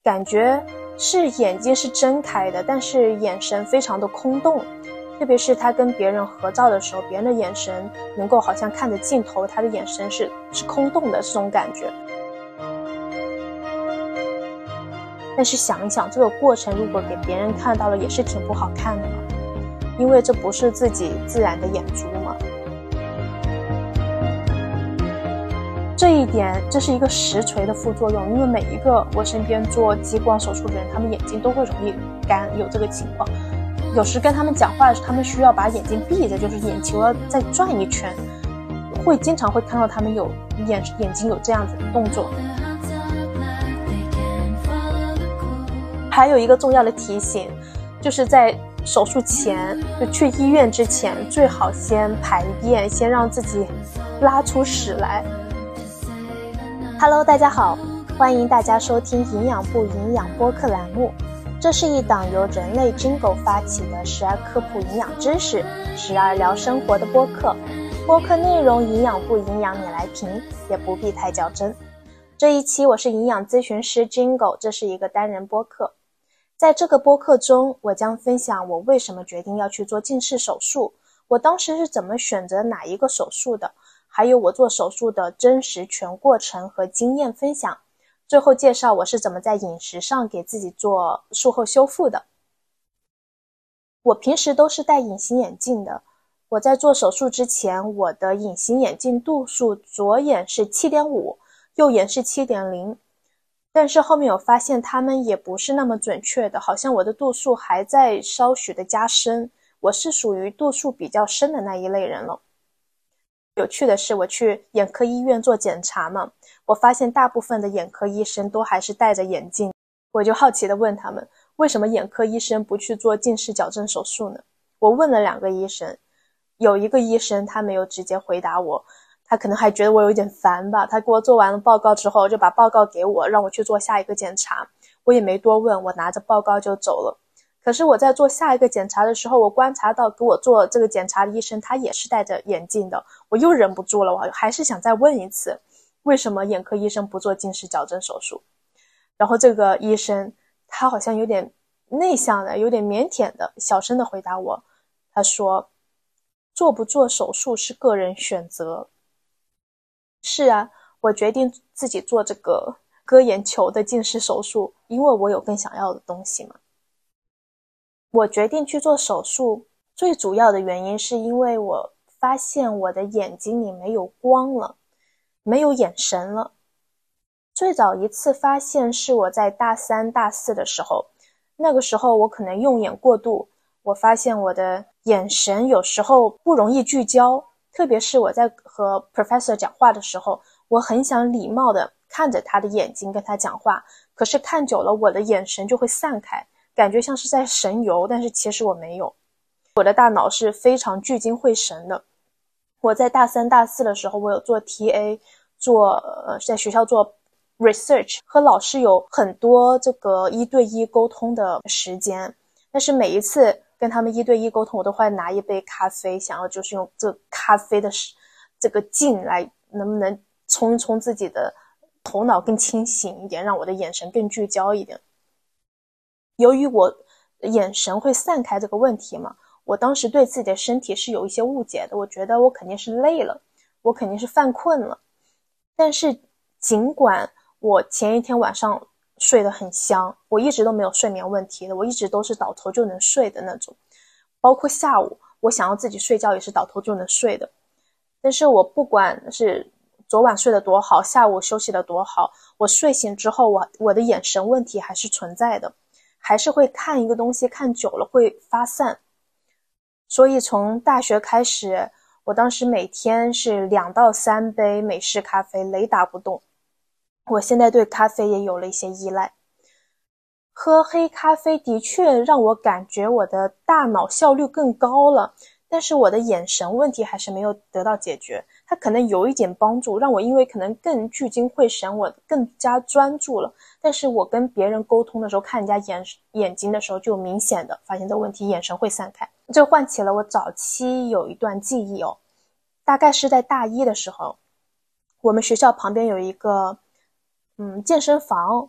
感觉是眼睛是睁开的，但是眼神非常的空洞。特别是他跟别人合照的时候，别人的眼神能够好像看着镜头，他的眼神是空洞的这种感觉。但是想一想，这个过程如果给别人看到了，也是挺不好看的嘛，因为这不是自己自然的眼珠嘛。这一点，这是一个实锤的副作用，因为每一个我身边做激光手术的人，他们眼睛都会容易干，有这个情况。有时跟他们讲话的时候，他们需要把眼睛闭着，就是眼球要再转一圈，经常会看到他们有眼睛有这样子的动作。还有一个重要的提醒，就是在手术前，就去医院之前，最好先排便，先让自己拉出屎来。Hello， 大家好，欢迎大家收听营养部营养播客栏目。这是一档由人类 Jingle 发起的时而科普营养知识，时而聊生活的播客。播客内容营养不营养你来评，也不必太较真。这一期我是营养咨询师 Jingle， 这是一个单人播客。在这个播客中，我将分享我为什么决定要去做近视手术，我当时是怎么选择哪一个手术的，还有我做手术的真实全过程和经验分享。最后介绍我是怎么在饮食上给自己做术后修复的。我平时都是戴隐形眼镜的，我在做手术之前，我的隐形眼镜度数左眼是 7.5， 右眼是 7.0， 但是后面我发现它们也不是那么准确的，好像我的度数还在稍许的加深，我是属于度数比较深的那一类人了。有趣的是，我去眼科医院做检查嘛，我发现大部分的眼科医生都还是戴着眼镜，我就好奇地问他们，为什么眼科医生不去做近视矫正手术呢？我问了2个医生，有一个医生他没有直接回答我，他可能还觉得我有点烦吧，他给我做完了报告之后就把报告给我，让我去做下一个检查，我也没多问，我拿着报告就走了。可是我在做下一个检查的时候，我观察到给我做这个检查的医生他也是戴着眼镜的，我又忍不住了，我还是想再问一次，为什么眼科医生不做近视矫正手术？然后这个医生他好像有点内向的，有点腼腆的，小声的回答我，他说做不做手术是个人选择。是啊，我决定自己做这个割眼球的近视手术，因为我有更想要的东西嘛。我决定去做手术最主要的原因是因为我发现我的眼睛里没有光了，没有眼神了。最早一次发现是我在大3、大4的时候，那个时候我可能用眼过度，我发现我的眼神有时候不容易聚焦，特别是我在和 professor 讲话的时候，我很想礼貌的看着他的眼睛跟他讲话，可是看久了我的眼神就会散开，感觉像是在神游，但是其实我没有。我的大脑是非常聚精会神的。我在大3、大4的时候，我有做 TA， 在学校做 research， 和老师有很多这个1对1沟通的时间。但是每一次跟他们1对1沟通，我都会拿一杯咖啡，想要就是用这咖啡的这个劲来能不能冲一冲自己的头脑更清醒一点，让我的眼神更聚焦一点。由于我眼神会散开这个问题嘛，我当时对自己的身体是有一些误解的，我觉得我肯定是累了，我肯定是犯困了。但是尽管我前一天晚上睡得很香，我一直都没有睡眠问题的，我一直都是倒头就能睡的那种，包括下午我想要自己睡觉也是倒头就能睡的。但是我不管是昨晚睡得多好，下午休息得多好，我睡醒之后我的眼神问题还是存在的，还是会看一个东西看久了会发散。所以从大学开始，我当时每天是2到3杯美式咖啡，雷打不动。我现在对咖啡也有了一些依赖。喝黑咖啡的确让我感觉我的大脑效率更高了，但是我的眼神问题还是没有得到解决。它可能有一点帮助，让我因为可能更聚精会神，我更加专注了。但是我跟别人沟通的时候，看人家眼睛的时候，就明显的发现这个问题，眼神会散开。这唤起了我早期有一段记忆哦，大概是在大1的时候，我们学校旁边有一个健身房，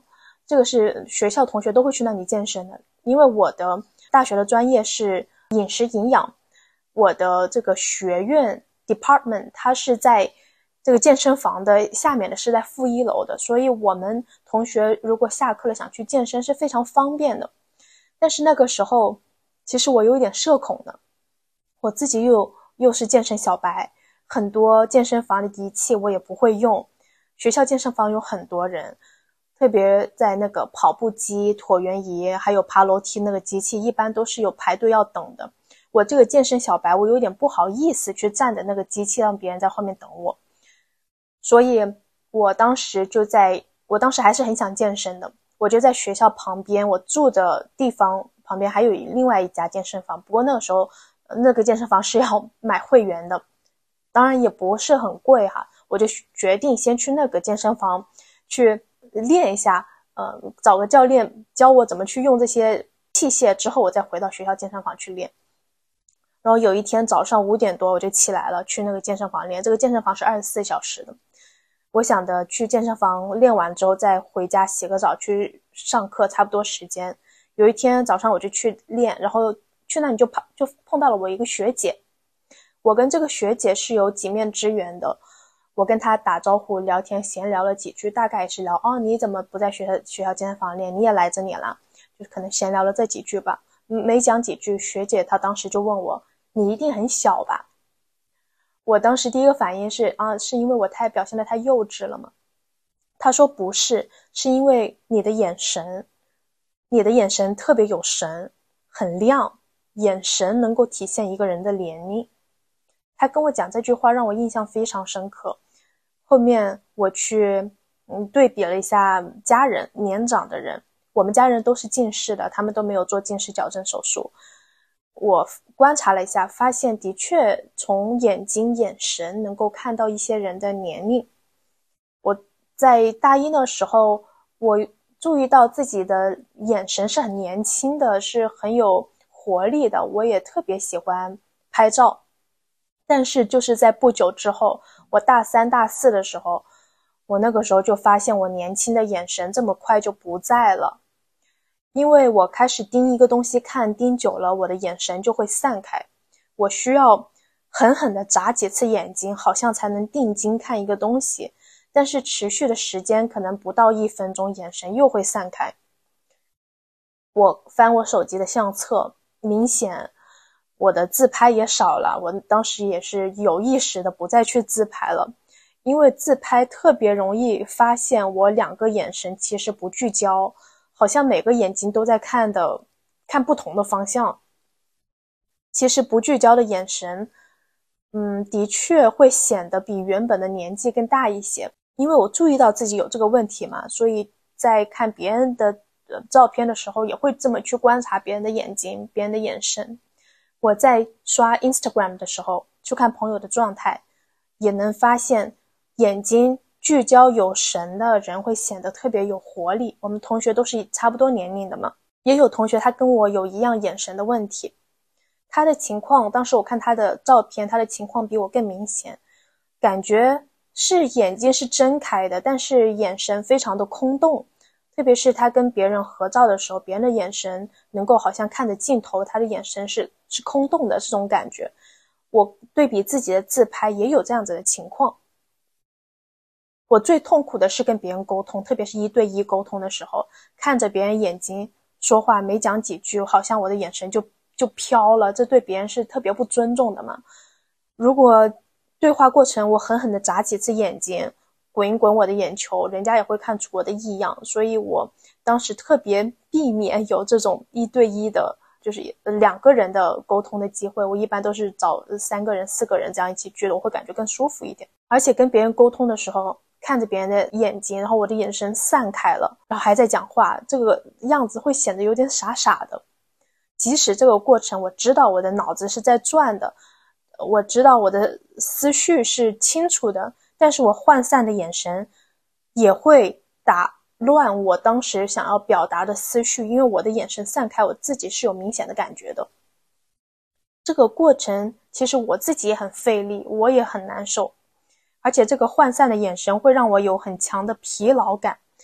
这个是学校同学都会去那里健身的。因为我的大学的专业是饮食营养，我的这个学院 department 它是在这个健身房的下面的，是在负1楼的，所以我们同学如果下课了想去健身是非常方便的。但是那个时候其实我有一点社恐的，我自己又是健身小白，很多健身房的仪器我也不会用，学校健身房有很多人，特别在那个跑步机、椭圆仪还有爬楼梯那个机器一般都是有排队要等的，我这个健身小白我有点不好意思去站着那个机器让别人在后面等我，所以我当时还是很想健身的，我就在学校旁边，我住的地方旁边还有另外一家健身房，不过那个时候那个健身房是要买会员的，当然也不是很贵哈，我就决定先去那个健身房去练一下，找个教练教我怎么去用这些器械，之后我再回到学校健身房去练。然后有一天早上5点多我就起来了，去那个健身房练，这个健身房是24小时的。我想的去健身房练完之后再回家洗个澡去上课，差不多时间。有一天早上我就去练，然后去那里就碰到了我一个学姐，我跟这个学姐是有几面之缘的，我跟她打招呼聊天闲聊了几句，大概是聊你怎么不在学校健身房练，你也来这里了，就可能闲聊了这几句吧。没讲几句，学姐她当时就问我，你一定很小吧？我当时第一个反应是是因为我表现得太幼稚了吗？她说不是，是因为你的眼神特别有神，很亮，眼神能够体现一个人的年龄。她跟我讲这句话让我印象非常深刻。后面我去对比了一下家人，年长的人，我们家人都是近视的，他们都没有做近视矫正手术。我观察了一下，发现的确从眼睛眼神能够看到一些人的年龄。我在大一的时候，我注意到自己的眼神是很年轻的，是很有活力的，我也特别喜欢拍照。但是就是在不久之后，我大3大4的时候，我那个时候就发现我年轻的眼神这么快就不在了。因为我开始盯一个东西看，盯久了我的眼神就会散开，我需要狠狠地眨几次眼睛，好像才能定睛看一个东西，但是持续的时间可能不到1分钟，眼神又会散开。我翻我手机的相册，明显我的自拍也少了，我当时也是有意识的不再去自拍了，因为自拍特别容易发现我2个眼神其实不聚焦，好像每个眼睛都在看不同的方向。其实不聚焦的眼神的确会显得比原本的年纪更大一些。因为我注意到自己有这个问题嘛，所以在看别人的照片的时候也会这么去观察别人的眼睛，别人的眼神。我在刷 Instagram 的时候去看朋友的状态，也能发现眼睛聚焦有神的人会显得特别有活力。我们同学都是差不多年龄的嘛，也有同学他跟我有一样眼神的问题。他的情况，当时我看他的照片，他的情况比我更明显，感觉是眼睛是睁开的，但是眼神非常的空洞。特别是他跟别人合照的时候，别人的眼神能够好像看着镜头，他的眼神是空洞的这种感觉。我对比自己的自拍也有这样子的情况。我最痛苦的是跟别人沟通，特别是1对1沟通的时候，看着别人眼睛说话，没讲几句，好像我的眼神就飘了，这对别人是特别不尊重的嘛。如果对话过程我狠狠地眨几次眼睛，滚一滚我的眼球，人家也会看出我的异样，所以我当时特别避免有这种1对1的，就是2个人的沟通的机会。我一般都是找3个人4个人这样一起聚的，我会感觉更舒服一点。而且跟别人沟通的时候，看着别人的眼睛，然后我的眼神散开了，然后还在讲话，这个样子会显得有点傻傻的。即使这个过程我知道我的脑子是在转的，我知道我的思绪是清楚的，但是我涣散的眼神也会打乱我当时想要表达的思绪，因为我的眼神散开，我自己是有明显的感觉的。这个过程其实我自己也很费力，我也很难受，而且这个涣散的眼神会让我有很强的疲劳感，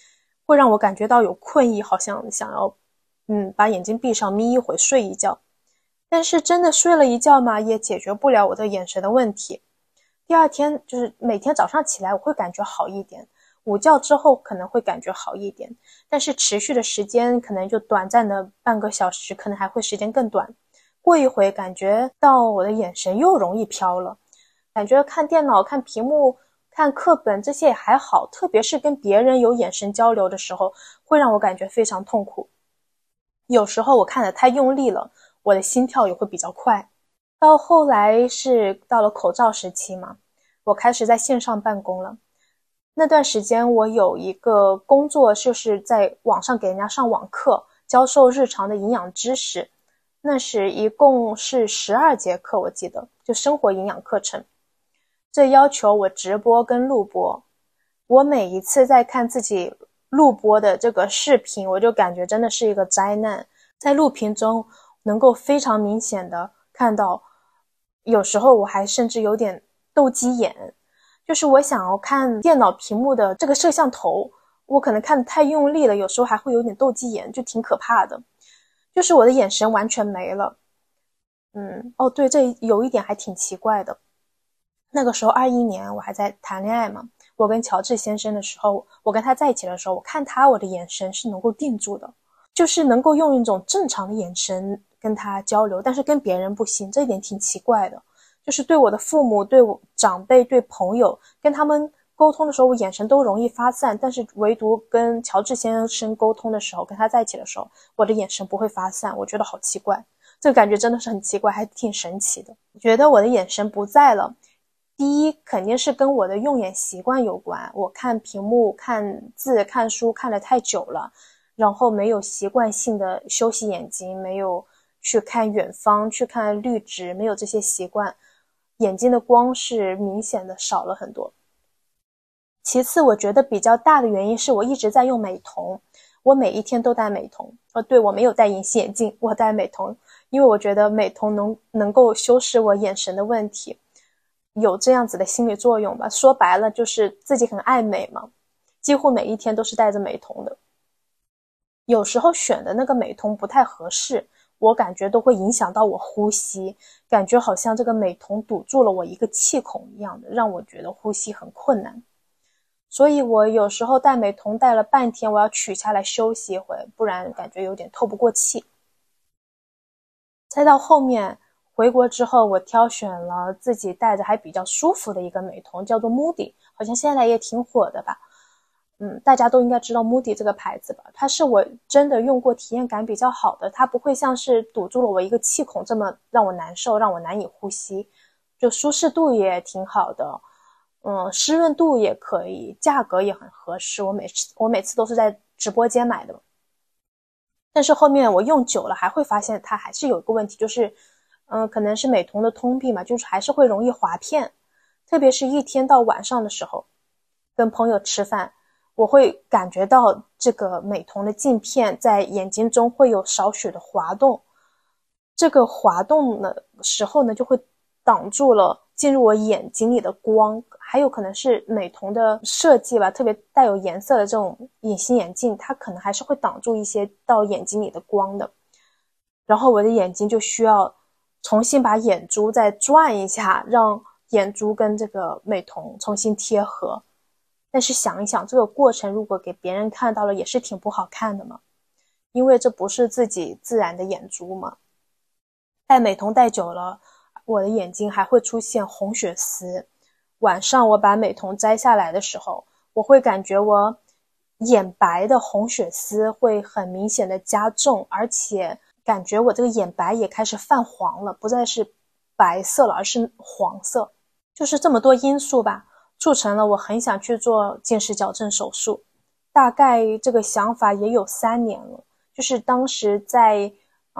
会让我感觉到有困意，好像想要把眼睛闭上眯一会睡一觉。但是真的睡了一觉嘛，也解决不了我的眼神的问题。第二天就是每天早上起来我会感觉好一点，午觉之后可能会感觉好一点，但是持续的时间可能就短暂的半个小时，可能还会时间更短。过一会感觉到我的眼神又容易飘了，感觉看电脑、看屏幕、看课本这些也还好，特别是跟别人有眼神交流的时候，会让我感觉非常痛苦。有时候我看得太用力了，我的心跳也会比较快。到后来是到了口罩时期嘛，我开始在线上办公了。那段时间我有一个工作，就是在网上给人家上网课，教授日常的营养知识。那是一共是12节课，我记得就生活营养课程。这要求我直播跟录播，我每一次在看自己录播的这个视频，我就感觉真的是一个灾难。在录屏中能够非常明显的看到，有时候我还甚至有点斗鸡眼，就是我想要看电脑屏幕的这个摄像头，我可能看得太用力了，有时候还会有点斗鸡眼，就挺可怕的。就是我的眼神完全没了。哦对，这有一点还挺奇怪的。那个时候21年我还在谈恋爱嘛，我跟乔治先生的时候，我跟他在一起的时候，我看他，我的眼神是能够定住的，就是能够用一种正常的眼神跟他交流，但是跟别人不行，这一点挺奇怪的。就是对我的父母、对我长辈、对朋友，跟他们沟通的时候，我眼神都容易发散，但是唯独跟乔治先生沟通的时候，跟他在一起的时候，我的眼神不会发散，我觉得好奇怪，这个感觉真的是很奇怪，还挺神奇的。我觉得我的眼神不在了，第一肯定是跟我的用眼习惯有关，我看屏幕、看字、看书看得太久了，然后没有习惯性的休息眼睛，没有去看远方、去看绿植，没有这些习惯，眼睛的光是明显的少了很多。其次我觉得比较大的原因是我一直在用美瞳，我每一天都戴美瞳。对，我没有戴隐形眼镜，我戴美瞳，因为我觉得美瞳能够修饰我眼神的问题，有这样子的心理作用吧。说白了就是自己很爱美嘛，几乎每一天都是戴着美瞳的。有时候选的那个美瞳不太合适，我感觉都会影响到我呼吸，感觉好像这个美瞳堵住了我一个气孔一样的，让我觉得呼吸很困难。所以我有时候戴美瞳戴了半天，我要取下来休息一会，不然感觉有点透不过气。再到后面回国之后，我挑选了自己戴着还比较舒服的一个美瞳，叫做 Moody， 好像现在也挺火的吧。大家都应该知道 Moody 这个牌子吧，它是我真的用过体验感比较好的，它不会像是堵住了我一个气孔这么让我难受，让我难以呼吸，就舒适度也挺好的，湿润度也可以，价格也很合适，我每次都是在直播间买的。但是后面我用久了还会发现它还是有一个问题，就是可能是美瞳的通病嘛，就是还是会容易滑片，特别是一天到晚上的时候跟朋友吃饭，我会感觉到这个美瞳的镜片在眼睛中会有少许的滑动，这个滑动的时候呢就会挡住了进入我眼睛里的光，还有可能是美瞳的设计吧，特别带有颜色的这种隐形眼镜，它可能还是会挡住一些到眼睛里的光的，然后我的眼睛就需要重新把眼珠再转一下，让眼珠跟这个美瞳重新贴合。但是想一想这个过程如果给别人看到了也是挺不好看的嘛，因为这不是自己自然的眼珠嘛。戴美瞳戴久了，我的眼睛还会出现红血丝，晚上我把美瞳摘下来的时候，我会感觉我眼白的红血丝会很明显的加重，而且感觉我这个眼白也开始泛黄了，不再是白色了，而是黄色。就是这么多因素吧，促成了我很想去做近视矫正手术。大概这个想法也有3年了，就是当时在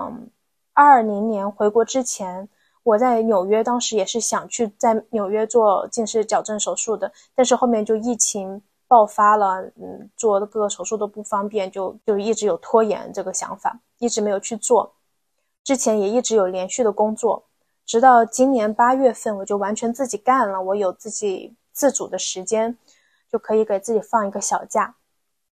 20年回国之前，我在纽约当时也是想去在纽约做近视矫正手术的，但是后面就疫情爆发了，做各个手术都不方便，就一直有拖延这个想法，一直没有去做。之前也一直有连续的工作，直到今年8月份我就完全自己干了，我有自己自主的时间，就可以给自己放一个小假。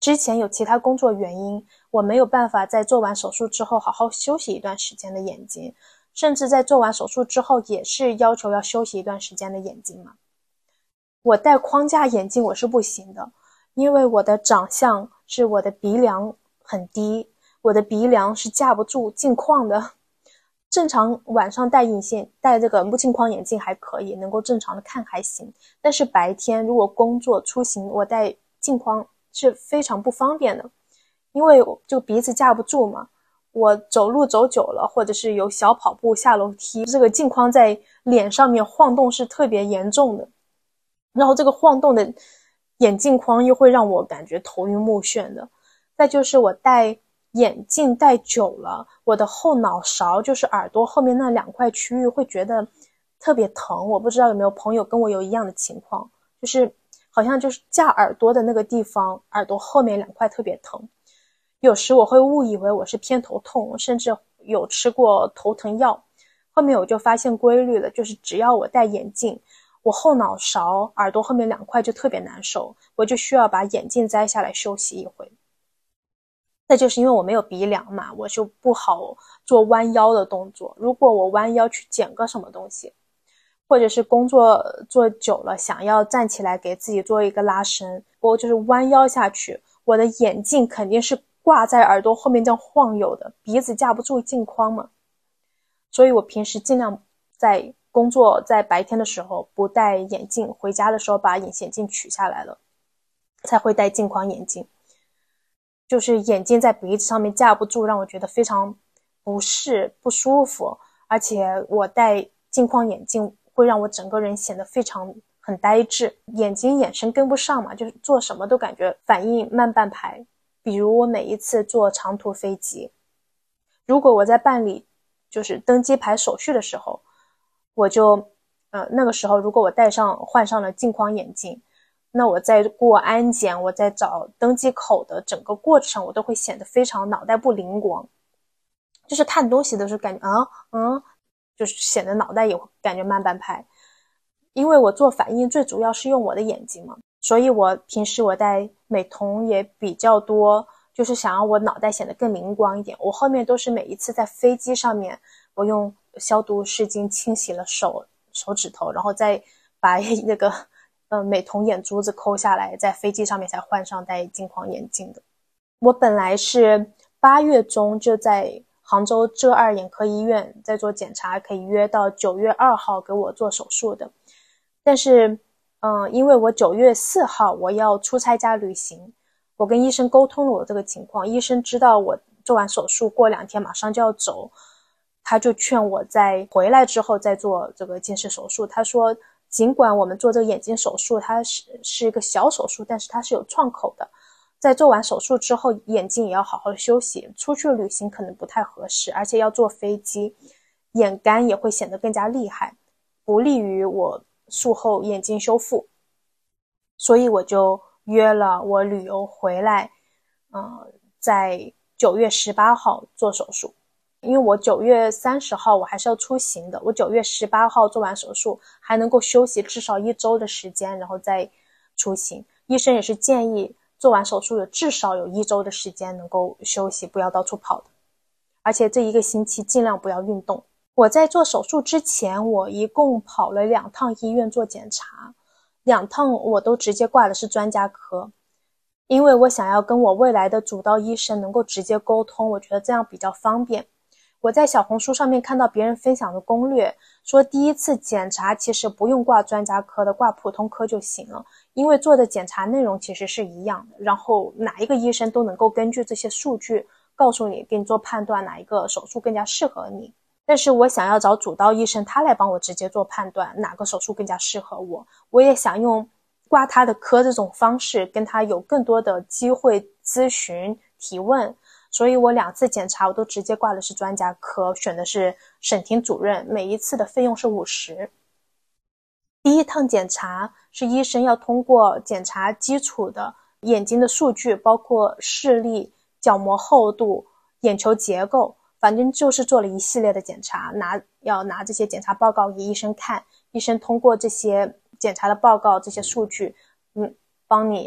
之前有其他工作原因，我没有办法在做完手术之后好好休息一段时间的眼睛，甚至在做完手术之后也是要求要休息一段时间的眼睛嘛。我戴框架眼镜我是不行的，因为我的长相是我的鼻梁很低，我的鼻梁是架不住镜框的。正常晚上戴这个目镜框眼镜还可以，能够正常的看还行，但是白天如果工作出行，我戴镜框是非常不方便的，因为这个鼻子架不住嘛。我走路走久了，或者是有小跑步下楼梯，这个镜框在脸上面晃动是特别严重的，然后这个晃动的眼镜框又会让我感觉头晕目眩的。再就是我戴眼镜戴久了，我的后脑勺就是耳朵后面那2块区域会觉得特别疼，我不知道有没有朋友跟我有一样的情况，就是好像就是架耳朵的那个地方，耳朵后面2块特别疼。有时我会误以为我是偏头痛，甚至有吃过头疼药。后面我就发现规律了，就是只要我戴眼镜，我后脑勺耳朵后面2块就特别难受，我就需要把眼镜摘下来休息一回。再就是因为我没有鼻梁嘛，我就不好做弯腰的动作。如果我弯腰去捡个什么东西，或者是工作做久了想要站起来给自己做一个拉伸，我就是弯腰下去，我的眼镜肯定是挂在耳朵后面这样晃悠的，鼻子架不住镜框嘛。所以我平时尽量在工作在白天的时候不戴眼镜，回家的时候把隐形眼镜取下来了才会戴镜框眼镜。就是眼镜在鼻子上面架不住，让我觉得非常不适不舒服，而且我戴镜框眼镜会让我整个人显得很呆滞，眼睛眼神跟不上嘛，就是做什么都感觉反应慢半拍。比如我每一次坐长途飞机，如果我在办理就是登机牌手续的时候，我就那个时候如果我换上了镜框眼镜，那我在过安检，我在找登机口的整个过程，我都会显得非常脑袋不灵光，就是看东西都是感觉就是显得脑袋也会感觉慢半拍。因为我做反应最主要是用我的眼睛嘛，所以我平时我戴美瞳也比较多，就是想要我脑袋显得更灵光一点。我后面都是每一次在飞机上面，我用消毒湿巾清洗了手指头，然后再把那个美瞳眼珠子抠下来，在飞机上面才换上戴镜框眼镜的。我本来是8月中就在杭州浙二眼科医院在做检查，可以约到9月2号给我做手术的。但是因为我9月4号我要出差加旅行，我跟医生沟通了我这个情况，医生知道我做完手术过2天马上就要走，他就劝我在回来之后再做这个近视手术。他说尽管我们做这个眼睛手术它是一个小手术，但是它是有创口的，在做完手术之后眼睛也要好好休息，出去旅行可能不太合适，而且要坐飞机，眼干也会显得更加厉害，不利于我术后眼睛修复。所以我就约了我旅游回来在9月18号做手术。因为我9月30号我还是要出行的，我9月18号做完手术还能够休息至少1周的时间，然后再出行。医生也是建议做完手术至少有1周的时间能够休息，不要到处跑的，而且这1个星期尽量不要运动。我在做手术之前，我一共跑了2趟医院做检查，2趟我都直接挂的是专家科，因为我想要跟我未来的主刀医生能够直接沟通，我觉得这样比较方便。我在小红书上面看到别人分享的攻略，说第一次检查其实不用挂专家科的，挂普通科就行了，因为做的检查内容其实是一样的，然后哪一个医生都能够根据这些数据告诉你，给你做判断哪一个手术更加适合你。但是我想要找主刀医生，他来帮我直接做判断哪个手术更加适合我，我也想用挂他的科这种方式跟他有更多的机会咨询提问，所以我2次检查我都直接挂的是专家科，选的是沈婷主任，每一次的费用是50。第一趟检查是医生要通过检查基础的眼睛的数据，包括视力、角膜厚度、眼球结构，反正就是做了一系列的检查，要拿这些检查报告给医生看，医生通过这些检查的报告这些数据帮你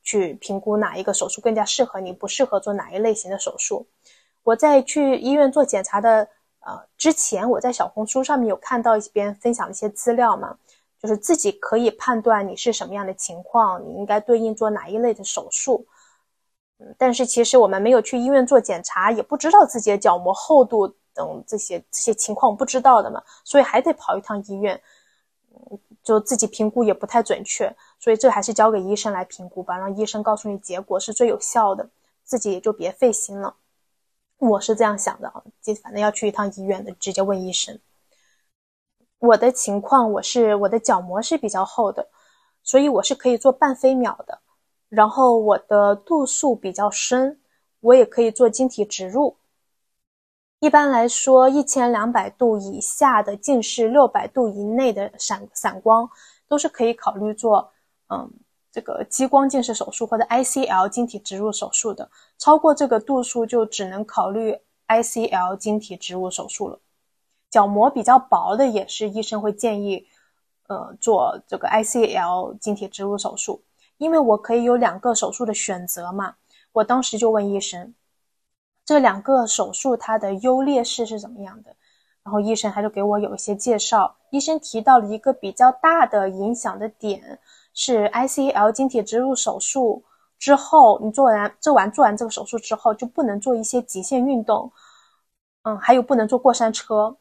去评估哪一个手术更加适合你，不适合做哪一类型的手术。我在去医院做检查的之前，我在小红书上面有看到一边分享一些资料嘛，就是自己可以判断你是什么样的情况，你应该对应做哪一类的手术。但是其实我们没有去医院做检查，也不知道自己的角膜厚度等这些情况不知道的嘛，所以还得跑一趟医院，就自己评估也不太准确，所以这还是交给医生来评估吧，让医生告诉你结果是最有效的，自己也就别费心了。我是这样想的，反正要去一趟医院的，直接问医生。我的情况我的角膜是比较厚的，所以我是可以做半飞秒的，然后我的度数比较深，我也可以做晶体植入。一般来说1200度以下的近视，600度以内的散光都是可以考虑做这个激光近视手术或者 ICL 晶体植入手术的，超过这个度数就只能考虑 ICL 晶体植入手术了。角膜比较薄的也是医生会建议做这个 ICL 晶体植入手术，因为我可以有2个手术的选择嘛。我当时就问医生，这2个手术它的优劣势是怎么样的，然后医生他就给我有一些介绍。医生提到了一个比较大的影响的点，是 ICL 晶体植入手术之后，你做完这个手术之后就不能做一些极限运动，还有不能坐过山车。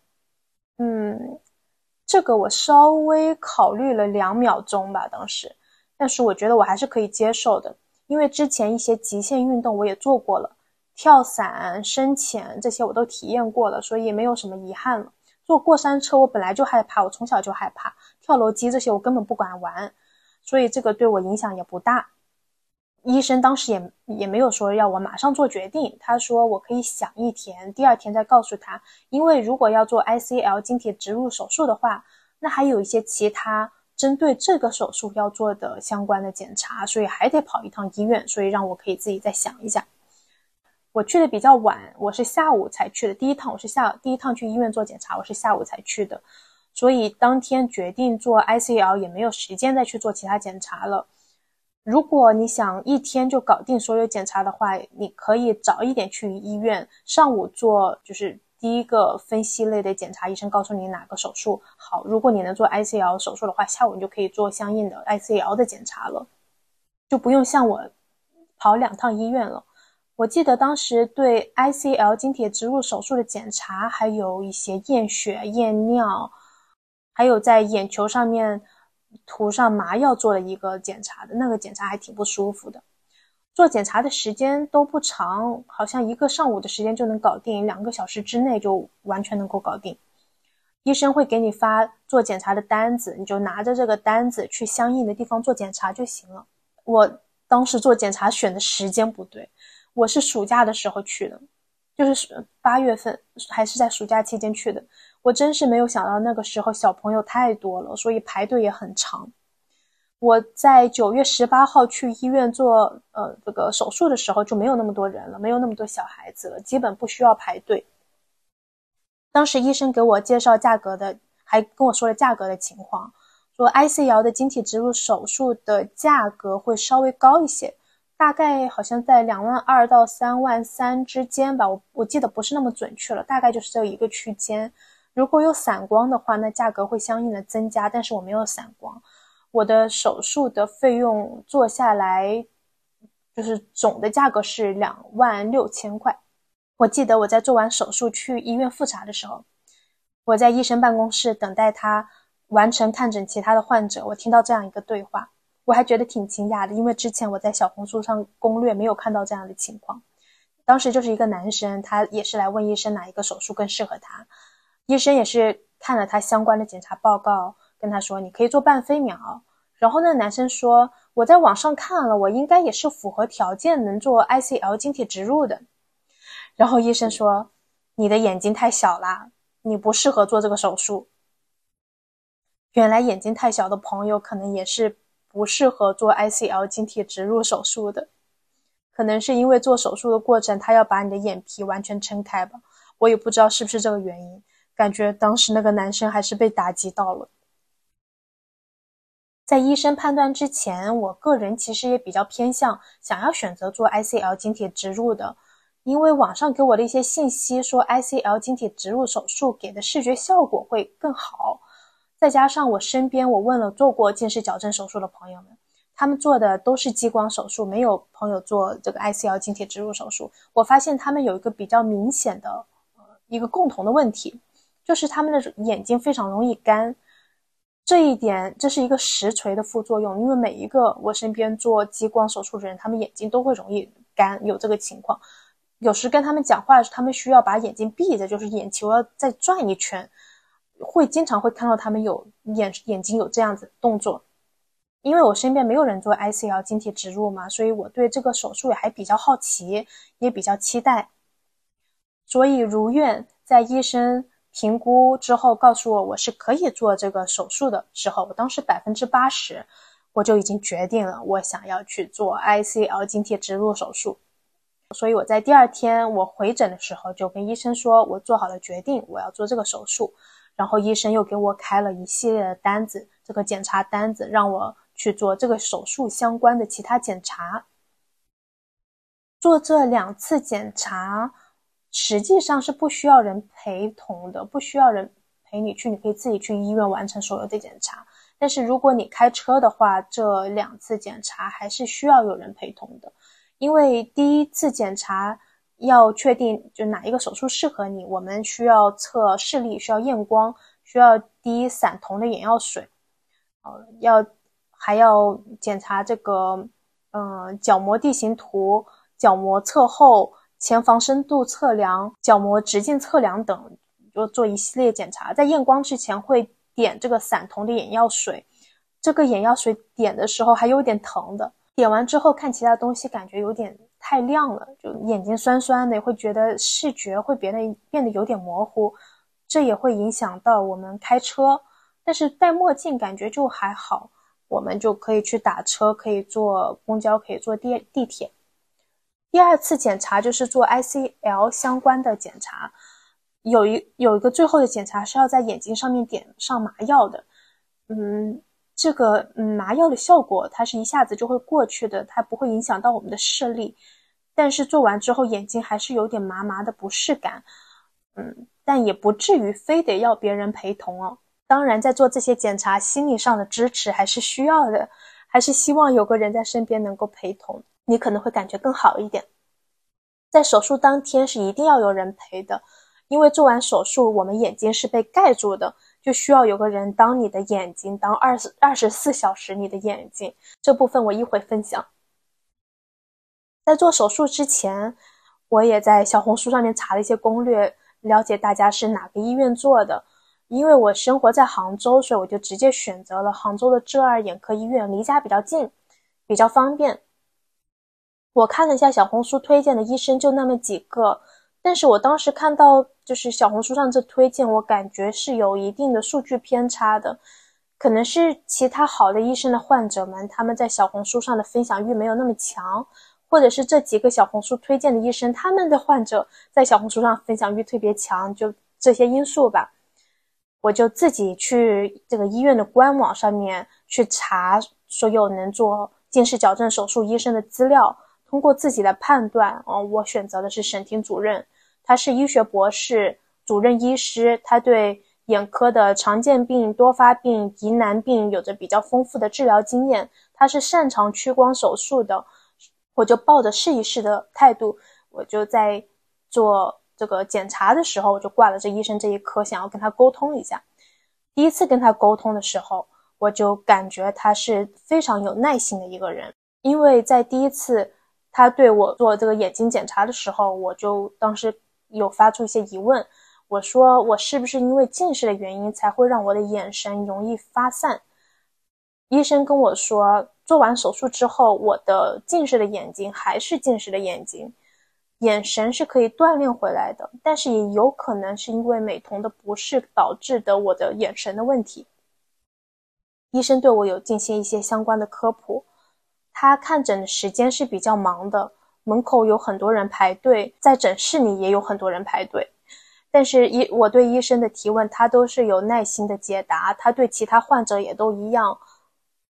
这个我稍微考虑了2秒钟吧当时，但是我觉得我还是可以接受的，因为之前一些极限运动我也做过了，跳伞、深潜这些我都体验过了，所以没有什么遗憾了。坐过山车我本来就害怕，我从小就害怕，跳楼机这些我根本不敢玩，所以这个对我影响也不大。医生当时也没有说要我马上做决定，他说我可以想一天，第2天再告诉他，因为如果要做 ICL 晶体植入手术的话，那还有一些其他针对这个手术要做的相关的检查，所以还得跑一趟医院，所以让我可以自己再想一下。我去的比较晚，我是下午才去的，第一趟去医院做检查我是下午才去的，所以当天决定做 ICL 也没有时间再去做其他检查了。如果你想一天就搞定所有检查的话，你可以早一点去医院，上午做就是第一个分析类的检查，医生告诉你哪个手术好，如果你能做 ICL 手术的话，下午你就可以做相应的 ICL 的检查了，就不用像我跑2趟医院了。我记得当时对 ICL 晶体植入手术的检查还有一些验血、验尿，还有在眼球上面涂上麻药做了一个检查的，那个检查还挺不舒服的。做检查的时间都不长，好像1个上午的时间就能搞定，2个小时之内就完全能够搞定。医生会给你发做检查的单子，你就拿着这个单子去相应的地方做检查就行了。我当时做检查选的时间不对，我是暑假的时候去的，就是8月份，还是在暑假期间去的。我真是没有想到那个时候小朋友太多了，所以排队也很长。我在9月18号去医院做这个手术的时候就没有那么多人了，没有那么多小孩子了，基本不需要排队。当时医生给我介绍价格的，还跟我说了价格的情况，说 ICL 的晶体植入手术的价格会稍微高一些，大概好像在22000到33000之间吧，我记得不是那么准确了，大概就是这一个区间。如果有散光的话，那价格会相应的增加，但是我没有散光，我的手术的费用做下来就是总的价格是26000块。我记得我在做完手术去医院复查的时候，我在医生办公室等待他完成看诊其他的患者，我听到这样一个对话，我还觉得挺惊讶的，因为之前我在小红书上攻略没有看到这样的情况。当时就是一个男生，他也是来问医生哪一个手术更适合他，医生也是看了他相关的检查报告，跟他说你可以做半飞秒。然后那个男生说我在网上看了，我应该也是符合条件能做 ICL 晶体植入的。然后医生说你的眼睛太小啦，你不适合做这个手术。原来眼睛太小的朋友可能也是不适合做 ICL 晶体植入手术的，可能是因为做手术的过程他要把你的眼皮完全撑开吧，我也不知道是不是这个原因，感觉当时那个男生还是被打击到了。 在医生判断之前，我个人其实也比较偏向想要选择做 ICL 晶体植入的，因为网上给我的一些信息说 ICL 晶体植入手术给的视觉效果会更好，再加上我身边我问了做过近视矫正手术的朋友们，他们做的都是激光手术，没有朋友做这个 ICL 晶体植入手术。我发现他们有一个比较明显的一个共同的问题，就是他们的眼睛非常容易干。这一点这是一个实锤的副作用，因为每一个我身边做激光手术的人，他们眼睛都会容易干，有这个情况。有时跟他们讲话的时候，他们需要把眼睛闭着，就是眼球要再转一圈，经常会看到他们有眼睛有这样子的动作。因为我身边没有人做 ICL 晶体植入嘛，所以我对这个手术也还比较好奇，也比较期待。所以如愿在医生评估之后告诉我是可以做这个手术的时候，我当时80%我就已经决定了我想要去做 ICL 晶体植入手术。所以我在第二天我回诊的时候就跟医生说我做好了决定，我要做这个手术。然后医生又给我开了一系列的单子，这个检查单子让我去做这个手术相关的其他检查。做这2次检查实际上是不需要人陪同的，不需要人陪你去，你可以自己去医院完成所有的检查。但是如果你开车的话，这2次检查还是需要有人陪同的。因为第一次检查要确定就哪一个手术适合你，我们需要测视力，需要验光，需要滴散瞳的眼药水，还要检查这个角膜地形图、角膜侧后、前房深度测量、角膜直径测量等，就做一系列检查。在验光之前会点这个散瞳的眼药水，这个眼药水点的时候还有点疼的，点完之后看其他东西感觉有点太亮了，就眼睛酸酸的，会觉得视觉会变得有点模糊，这也会影响到我们开车。但是戴墨镜感觉就还好，我们就可以去打车，可以坐公交，可以坐地铁。第2次检查就是做 ICL 相关的检查，有一个最后的检查是要在眼睛上面点上麻药的。这个麻药的效果它是一下子就会过去的，它不会影响到我们的视力，但是做完之后眼睛还是有点麻麻的不适感。但也不至于非得要别人陪同哦。当然在做这些检查，心理上的支持还是需要的，还是希望有个人在身边能够陪同，你可能会感觉更好一点。在手术当天是一定要有人陪的，因为做完手术我们眼睛是被盖住的，就需要有个人当你的眼睛，当24小时你的眼睛，这部分我一会分享。在做手术之前，我也在小红书上面查了一些攻略，了解大家是哪个医院做的。因为我生活在杭州，所以我就直接选择了杭州的浙二眼科医院，离家比较近，比较方便。我看了一下小红书推荐的医生就那么几个，但是我当时看到就是小红书上这推荐，我感觉是有一定的数据偏差的，可能是其他好的医生的患者们他们在小红书上的分享欲没有那么强，或者是这几个小红书推荐的医生他们的患者在小红书上分享欲特别强，就这些因素吧。我就自己去这个医院的官网上面去查所有能做近视矫正手术医生的资料，通过自己的判断，我选择的是沈婷主任，他是医学博士、主任医师，他对眼科的常见病、多发病、疑难病有着比较丰富的治疗经验，他是擅长屈光手术的。我就抱着试一试的态度，我就在做这个检查的时候，我就挂了这医生这一科，想要跟他沟通一下。第一次跟他沟通的时候，我就感觉他是非常有耐心的一个人，因为在第一次他对我做这个眼睛检查的时候，我就当时有发出一些疑问，我说我是不是因为近视的原因才会让我的眼神容易发散。医生跟我说，做完手术之后，我的近视的眼睛还是近视的眼睛，眼神是可以锻炼回来的，但是也有可能是因为美瞳的不适导致的我的眼神的问题。医生对我有进行一些相关的科普，他看诊的时间是比较忙的，门口有很多人排队，在诊室里也有很多人排队，但是我对医生的提问他都是有耐心的解答，他对其他患者也都一样。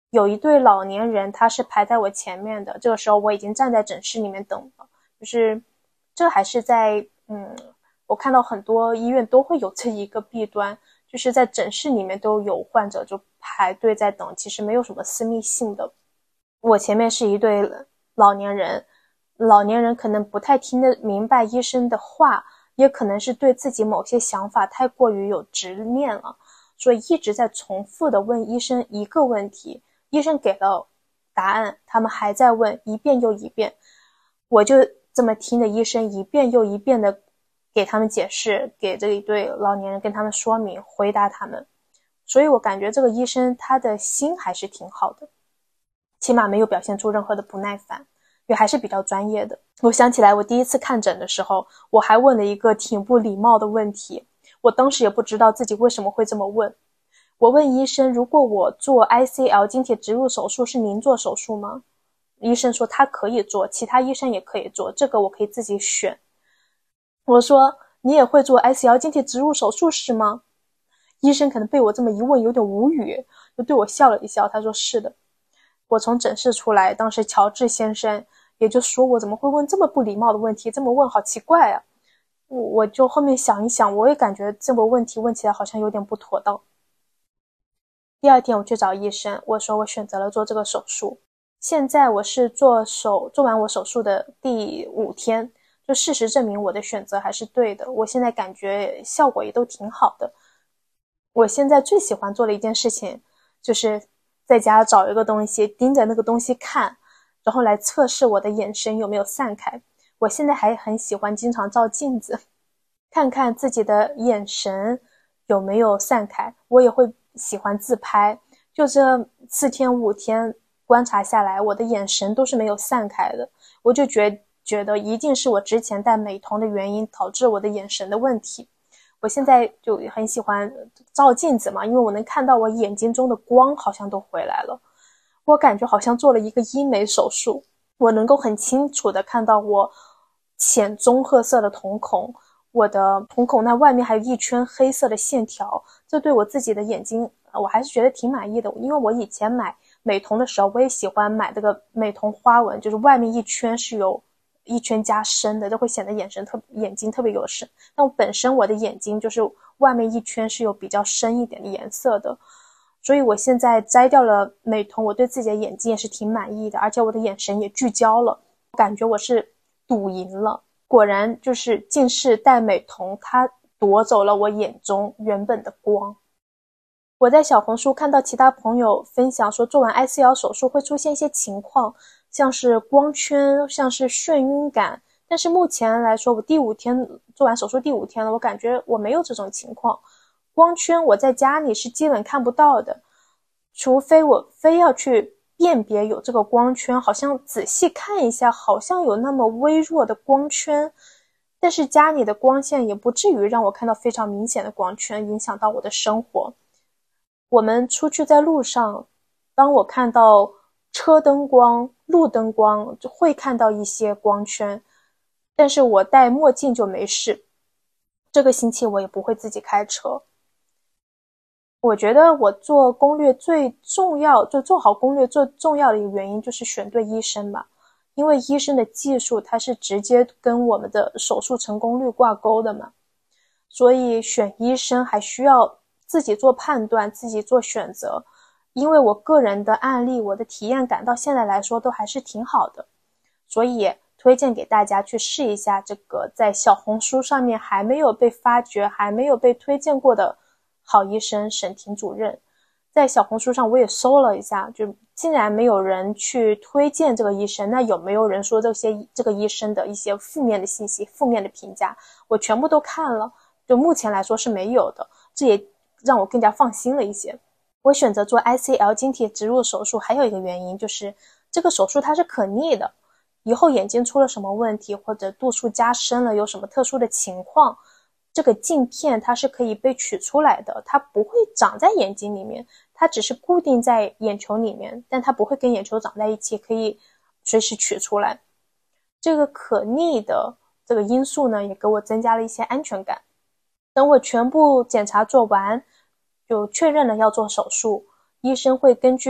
有一对老年人，他是排在我前面的，这个时候我已经站在诊室里面等了，就是这还是在我看到很多医院都会有这一个弊端，就是在诊室里面都有患者就排队在等，其实没有什么私密性的。我前面是一对老年人，老年人可能不太听得明白医生的话，也可能是对自己某些想法太过于有执念了，所以一直在重复的问医生一个问题，医生给了答案，他们还在问一遍又一遍，我就这么听着医生一遍又一遍的给他们解释，给这一对老年人跟他们说明，回答他们。所以我感觉这个医生他的心还是挺好的，起码没有表现出任何的不耐烦，也还是比较专业的。我想起来我第一次看诊的时候，我还问了一个挺不礼貌的问题，我当时也不知道自己为什么会这么问。我问医生，如果我做 ICL 经铁植入手术，是您做手术吗？医生说他可以做，其他医生也可以做，这个我可以自己选。我说你也会做 ICL 经铁植入手术是吗？医生可能被我这么一问有点无语，就对我笑了一笑，他说是的。我从诊室出来，当时乔治先生也就说我怎么会问这么不礼貌的问题，这么问好奇怪啊。我就后面想一想，我也感觉这个问题问起来好像有点不妥当。第二天我去找医生，我说我选择了做这个手术。现在我是做完我手术的第5天，就事实证明我的选择还是对的，我现在感觉效果也都挺好的。我现在最喜欢做的一件事情就是在家找一个东西盯着那个东西看，然后来测试我的眼神有没有散开。我现在还很喜欢经常照镜子，看看自己的眼神有没有散开。我也会喜欢自拍，就这4天5天观察下来，我的眼神都是没有散开的，我就觉得一定是我之前戴美瞳的原因导致我的眼神的问题。我现在就很喜欢照镜子嘛，因为我能看到我眼睛中的光好像都回来了，我感觉好像做了一个医美手术。我能够很清楚的看到我浅棕褐色的瞳孔，我的瞳孔那外面还有一圈黑色的线条，这对我自己的眼睛我还是觉得挺满意的。因为我以前买美瞳的时候，我也喜欢买这个美瞳花纹，就是外面一圈是有一圈加深的，这会显得眼睛特别有神。但我本身我的眼睛就是外面一圈是有比较深一点的颜色的，所以我现在摘掉了美瞳，我对自己的眼睛也是挺满意的，而且我的眼神也聚焦了，我感觉我是赌赢了。果然就是近视戴美瞳，它夺走了我眼中原本的光。我在小红书看到其他朋友分享说，做完 ICL 手术会出现一些情况，像是光圈，像是眩晕感，但是目前来说，我做完手术第5天了，我感觉我没有这种情况。光圈我在家里是基本看不到的，除非我非要去辨别有这个光圈，好像仔细看一下，好像有那么微弱的光圈，但是家里的光线也不至于让我看到非常明显的光圈，影响到我的生活。我们出去在路上，当我看到车灯光、路灯光，就会看到一些光圈，但是我戴墨镜就没事。这个星期我也不会自己开车。我觉得我做攻略最重要，就做好攻略最重要的一个原因就是选对医生吧，因为医生的技术它是直接跟我们的手术成功率挂钩的嘛，所以选医生还需要自己做判断，自己做选择。因为我个人的案例，我的体验感到现在来说都还是挺好的，所以推荐给大家去试一下这个在小红书上面还没有被发掘、还没有被推荐过的好医生沈婷主任。在小红书上我也搜了一下，就竟然没有人去推荐这个医生，那有没有人说这个医生的一些负面的信息、负面的评价，我全部都看了，就目前来说是没有的，这也让我更加放心了一些。我选择做 ICL 晶体植入手术还有一个原因就是这个手术它是可逆的，以后眼睛出了什么问题或者度数加深了有什么特殊的情况，这个镜片它是可以被取出来的，它不会长在眼睛里面，它只是固定在眼球里面，但它不会跟眼球长在一起，可以随时取出来。这个可逆的这个因素呢，也给我增加了一些安全感。等我全部检查做完，就确认了要做手术，医生会根据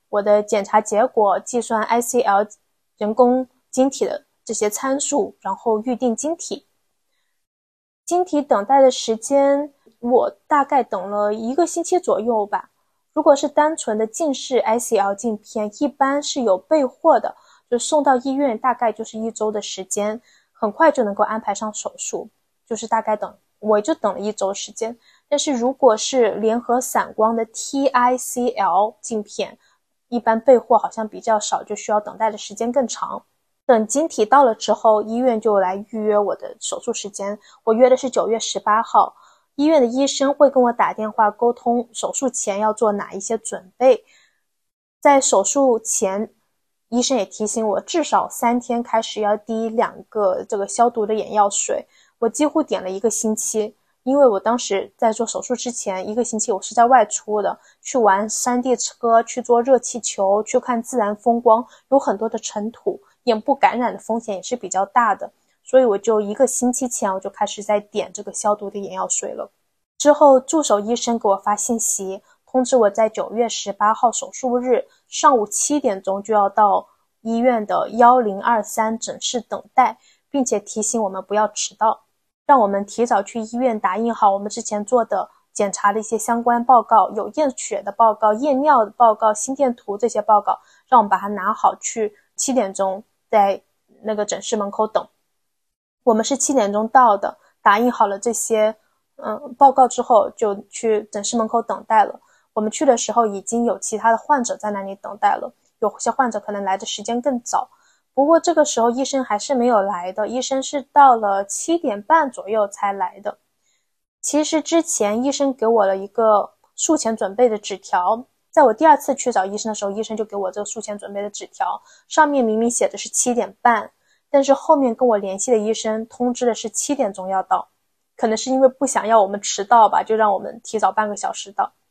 我的检查结果，计算 ICL 人工晶体的这些参数，然后预定晶体。晶体等待的时间我大概等了1个星期左右吧。如果是单纯的近视 ICL 镜片，一般是有备货的，就送到医院大概就是1周的时间，很快就能够安排上手术，就是大概我就等了1周时间。但是如果是联合散光的 TICL 镜片，一般备货好像比较少，就需要等待的时间更长。等晶体到了之后，医院就来预约我的手术时间，我约的是9月18号。医院的医生会跟我打电话沟通手术前要做哪一些准备。在手术前，医生也提醒我至少3天开始要滴2个这个消毒的眼药水。我几乎点了1个星期，因为我当时在做手术之前1个星期我是在外出的，去玩山地车，去坐热气球，去看自然风光，有很多的尘土，眼部感染的风险也是比较大的。所以我就1个星期前我就开始在点这个消毒的眼药水了。之后助手医生给我发信息，通知我在9月18号手术日上午7点钟就要到医院的1023诊室等待，并且提醒我们不要迟到，让我们提早去医院打印好我们之前做的检查的一些相关报告，有验血的报告、验尿的报告、心电图这些报告，让我们把它拿好，去7点钟在那个诊室门口等。我们是7点钟到的，打印好了这些报告之后就去诊室门口等待了。我们去的时候已经有其他的患者在那里等待了，有些患者可能来的时间更早。不过这个时候医生还是没有来的，医生是到了7点半左右才来的。其实之前医生给我了一个术前准备的纸条，在我第2次去找医生的时候，医生就给我这个术前准备的纸条，上面明明写的是7点半，但是后面跟我联系的医生通知的是7点钟要到，可能是因为不想要我们迟到吧，就让我们提早半个小时到。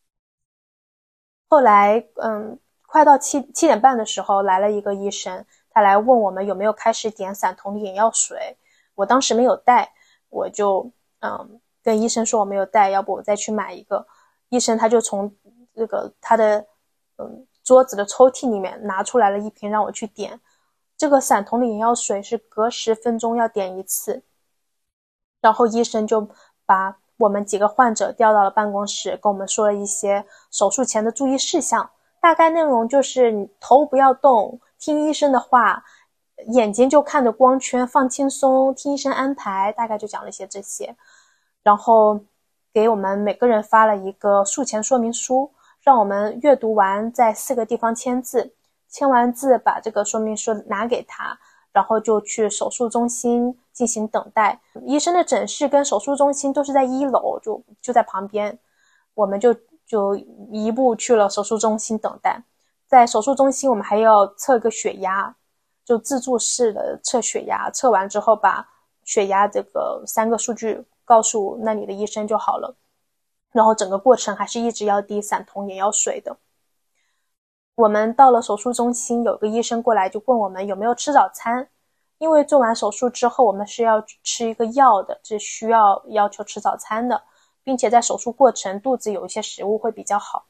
后来快到7点半的时候来了一个医生，他来问我们有没有开始点散瞳的眼药水。我当时没有带，我就跟医生说我没有带，要不我再去买一个。医生他就从这个他的桌子的抽屉里面拿出来了一瓶让我去点。这个散瞳的眼药水是隔10分钟要点1次，然后医生就把我们几个患者调到了办公室，跟我们说了一些手术前的注意事项，大概内容就是你头不要动，听医生的话，眼睛就看着光圈，放轻松，听医生安排，大概就讲了一些这些。然后给我们每个人发了一个术前说明书，让我们阅读完在4个地方签字，签完字把这个说明书拿给他，然后就去手术中心进行等待。医生的诊室跟手术中心都是在1楼，就在旁边，我们就移步去了手术中心等待。在手术中心我们还要测个血压，就自助式的测血压，测完之后把血压这个3个数据告诉那里的医生就好了。然后整个过程还是一直要滴散瞳眼药水的。我们到了手术中心，有个医生过来就问我们有没有吃早餐，因为做完手术之后我们是要吃一个药的，是需要求吃早餐的，并且在手术过程肚子有一些食物会比较好。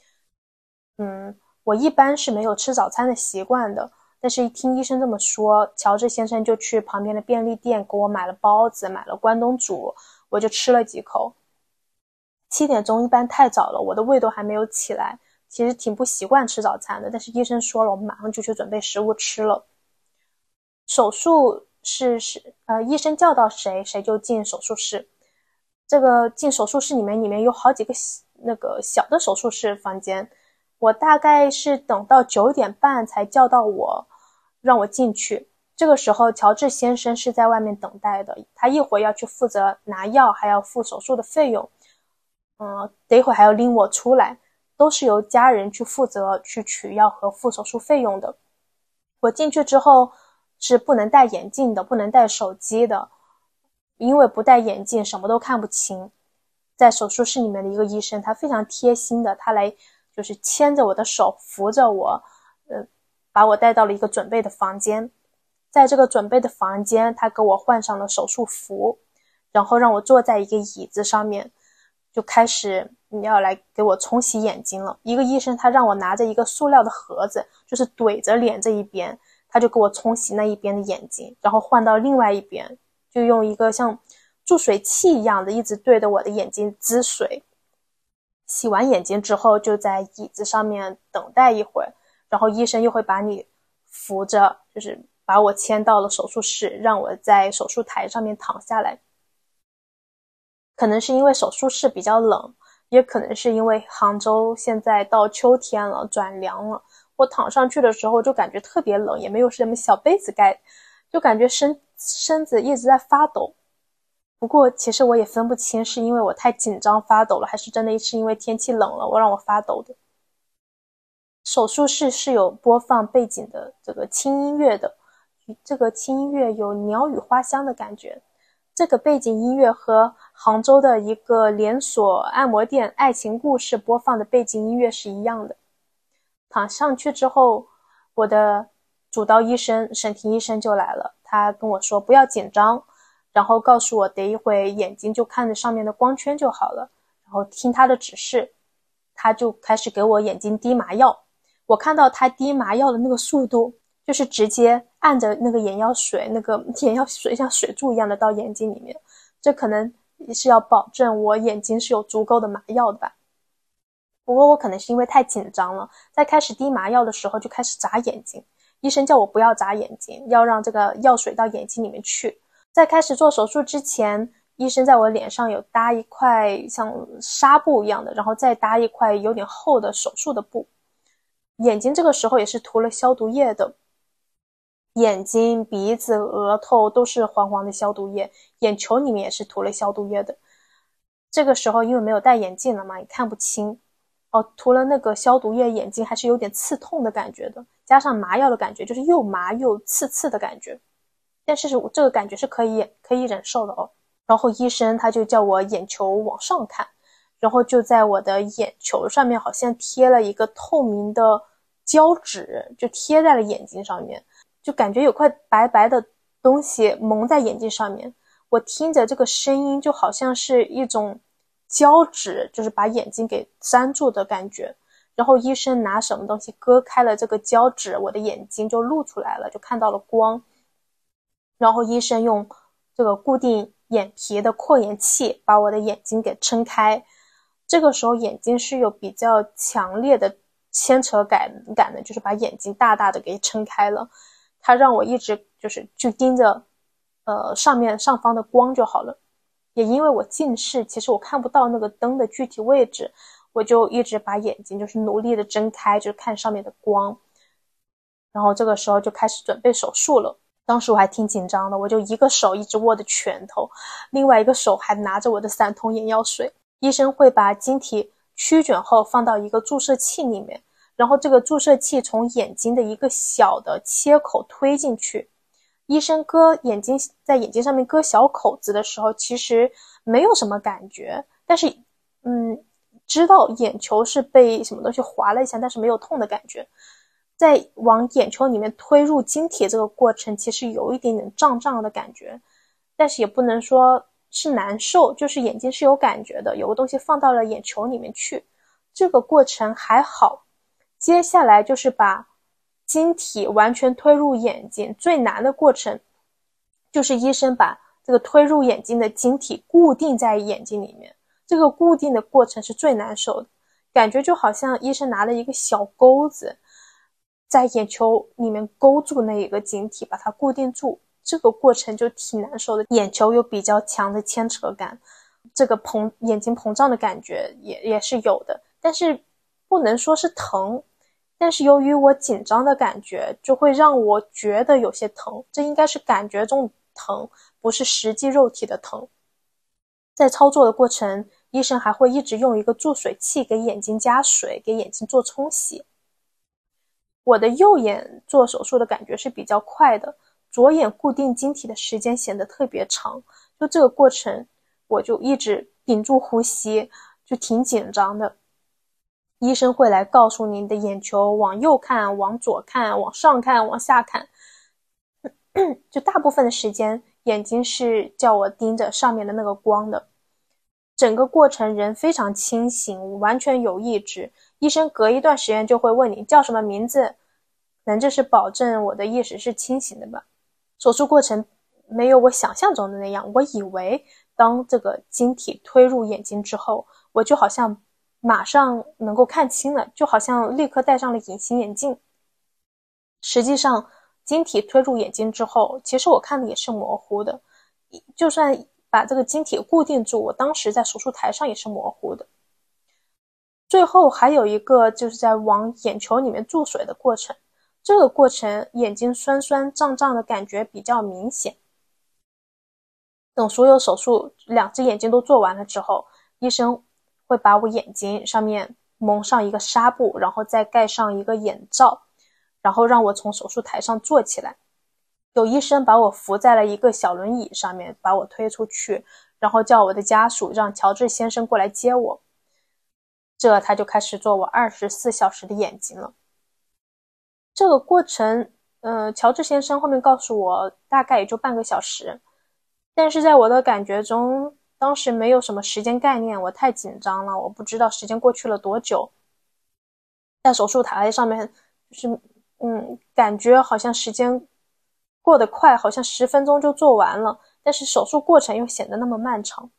我一般是没有吃早餐的习惯的，但是一听医生这么说，乔治先生就去旁边的便利店给我买了包子，买了关东煮，我就吃了几口。7点钟一般太早了，我的胃都还没有起来，其实挺不习惯吃早餐的，但是医生说了，我们马上就去准备食物吃了。手术是医生叫到谁就进手术室。这个进手术室里面有好几个那个小的手术室房间，我大概是等到9点半才叫到我，让我进去。这个时候乔治先生是在外面等待的，他一会儿要去负责拿药，还要付手术的费用，等一会儿还要拎我出来，都是由家人去负责去取药和付手术费用的。我进去之后是不能戴眼镜的，不能带手机的，因为不戴眼镜什么都看不清。在手术室里面的一个医生，他非常贴心的，他来就是牵着我的手，扶着我，把我带到了一个准备的房间。在这个准备的房间，他给我换上了手术服，然后让我坐在一个椅子上面，就开始你要来给我冲洗眼睛了。一个医生他让我拿着一个塑料的盒子，就是怼着脸这一边，他就给我冲洗那一边的眼睛，然后换到另外一边，就用一个像注水器一样的一直对着我的眼睛滋水。洗完眼睛之后就在椅子上面等待一会儿，然后医生又会把你扶着，就是把我牵到了手术室，让我在手术台上面躺下来。可能是因为手术室比较冷，也可能是因为杭州现在到秋天了，转凉了，我躺上去的时候就感觉特别冷，也没有什么小被子盖，就感觉身子一直在发抖。不过其实我也分不清是因为我太紧张发抖了，还是真的是因为天气冷了让我发抖的。手术室是有播放背景的这个轻音乐的，这个轻音乐有鸟语花香的感觉。这个背景音乐和杭州的一个连锁按摩店爱情故事播放的背景音乐是一样的。躺上去之后，我的主刀医生沈婷医生就来了，他跟我说不要紧张，然后告诉我等一会眼睛就看着上面的光圈就好了，然后听他的指示。他就开始给我眼睛滴麻药。我看到他滴麻药的那个速度，就是直接按着那个眼药水，那个眼药水像水柱一样的到眼睛里面，这可能是要保证我眼睛是有足够的麻药的吧。不过我可能是因为太紧张了，在开始滴麻药的时候就开始眨眼睛，医生叫我不要眨眼睛，要让这个药水到眼睛里面去。在开始做手术之前，医生在我脸上有搭一块像纱布一样的，然后再搭一块有点厚的手术的布。眼睛这个时候也是涂了消毒液的，眼睛、鼻子、额头都是黄黄的消毒液，眼球里面也是涂了消毒液的。这个时候因为没有戴眼镜了嘛，也看不清。涂了那个消毒液，眼睛还是有点刺痛的感觉的，加上麻药的感觉，就是又麻又刺的感觉。但是这个感觉是可以忍受的哦。然后医生他就叫我眼球往上看，然后就在我的眼球上面好像贴了一个透明的胶纸，就贴在了眼睛上面，就感觉有块白白的东西蒙在眼睛上面。我听着这个声音就好像是一种胶纸，就是把眼睛给粘住的感觉。然后医生拿什么东西割开了这个胶纸，我的眼睛就露出来了，就看到了光。然后医生用这个固定眼皮的扩眼器把我的眼睛给撑开。这个时候眼睛是有比较强烈的牵扯感的，就是把眼睛大大的给撑开了。他让我一直就盯着上方的光就好了。也因为我近视，其实我看不到那个灯的具体位置，我就一直把眼睛就是努力的睁开，就看上面的光。然后这个时候就开始准备手术了。当时我还挺紧张的，我就一个手一直握着拳头，另外一个手还拿着我的3桶眼药水。医生会把晶体曲卷后放到一个注射器里面，然后这个注射器从眼睛的一个小的切口推进去。医生在眼睛上面割小口子的时候，其实没有什么感觉，但是知道眼球是被什么东西划了一下，但是没有痛的感觉。在往眼球里面推入晶体这个过程，其实有一点点胀胀的感觉，但是也不能说是难受，就是眼睛是有感觉的，有个东西放到了眼球里面去，这个过程还好。接下来就是把晶体完全推入眼睛，最难的过程就是医生把这个推入眼睛的晶体固定在眼睛里面，这个固定的过程是最难受的，感觉就好像医生拿了一个小钩子在眼球里面勾住那一个晶体，把它固定住，这个过程就挺难受的。眼球有比较强的牵扯感，这个眼睛膨胀的感觉也是有的，但是不能说是疼，但是由于我紧张的感觉就会让我觉得有些疼，这应该是感觉中疼，不是实际肉体的疼。在操作的过程，医生还会一直用一个注水器给眼睛加水，给眼睛做冲洗。我的右眼做手术的感觉是比较快的，左眼固定晶体的时间显得特别长，就这个过程我就一直屏住呼吸，就挺紧张的。医生会来告诉你的眼球往右看，往左看，往上看，往下看。就大部分的时间眼睛是叫我盯着上面的那个光的。 整个过程人非常清醒，完全有意志。医生隔一段时间就会问你叫什么名字，可能这是保证我的意识是清醒的吧。手术过程没有我想象中的那样，我以为当这个晶体推入眼睛之后，我就好像马上能够看清了，就好像立刻戴上了隐形眼镜。实际上晶体推入眼睛之后，其实我看的也是模糊的，就算把这个晶体固定住，我当时在手术台上也是模糊的。最后还有一个就是在往眼球里面注水的过程，这个过程眼睛酸酸胀胀的感觉比较明显。等所有手术2只眼睛都做完了之后，医生会把我眼睛上面蒙上一个纱布，然后再盖上一个眼罩，然后让我从手术台上坐起来。有医生把我扶在了一个小轮椅上面，把我推出去，然后叫我的家属让乔治先生过来接我。这他就开始做我24小时的眼睛了。这个过程乔治先生后面告诉我大概也就半个小时，但是在我的感觉中当时没有什么时间概念，我太紧张了，我不知道时间过去了多久。在手术台上面就是感觉好像时间过得快，好像10分钟就做完了，但是手术过程又显得那么漫长。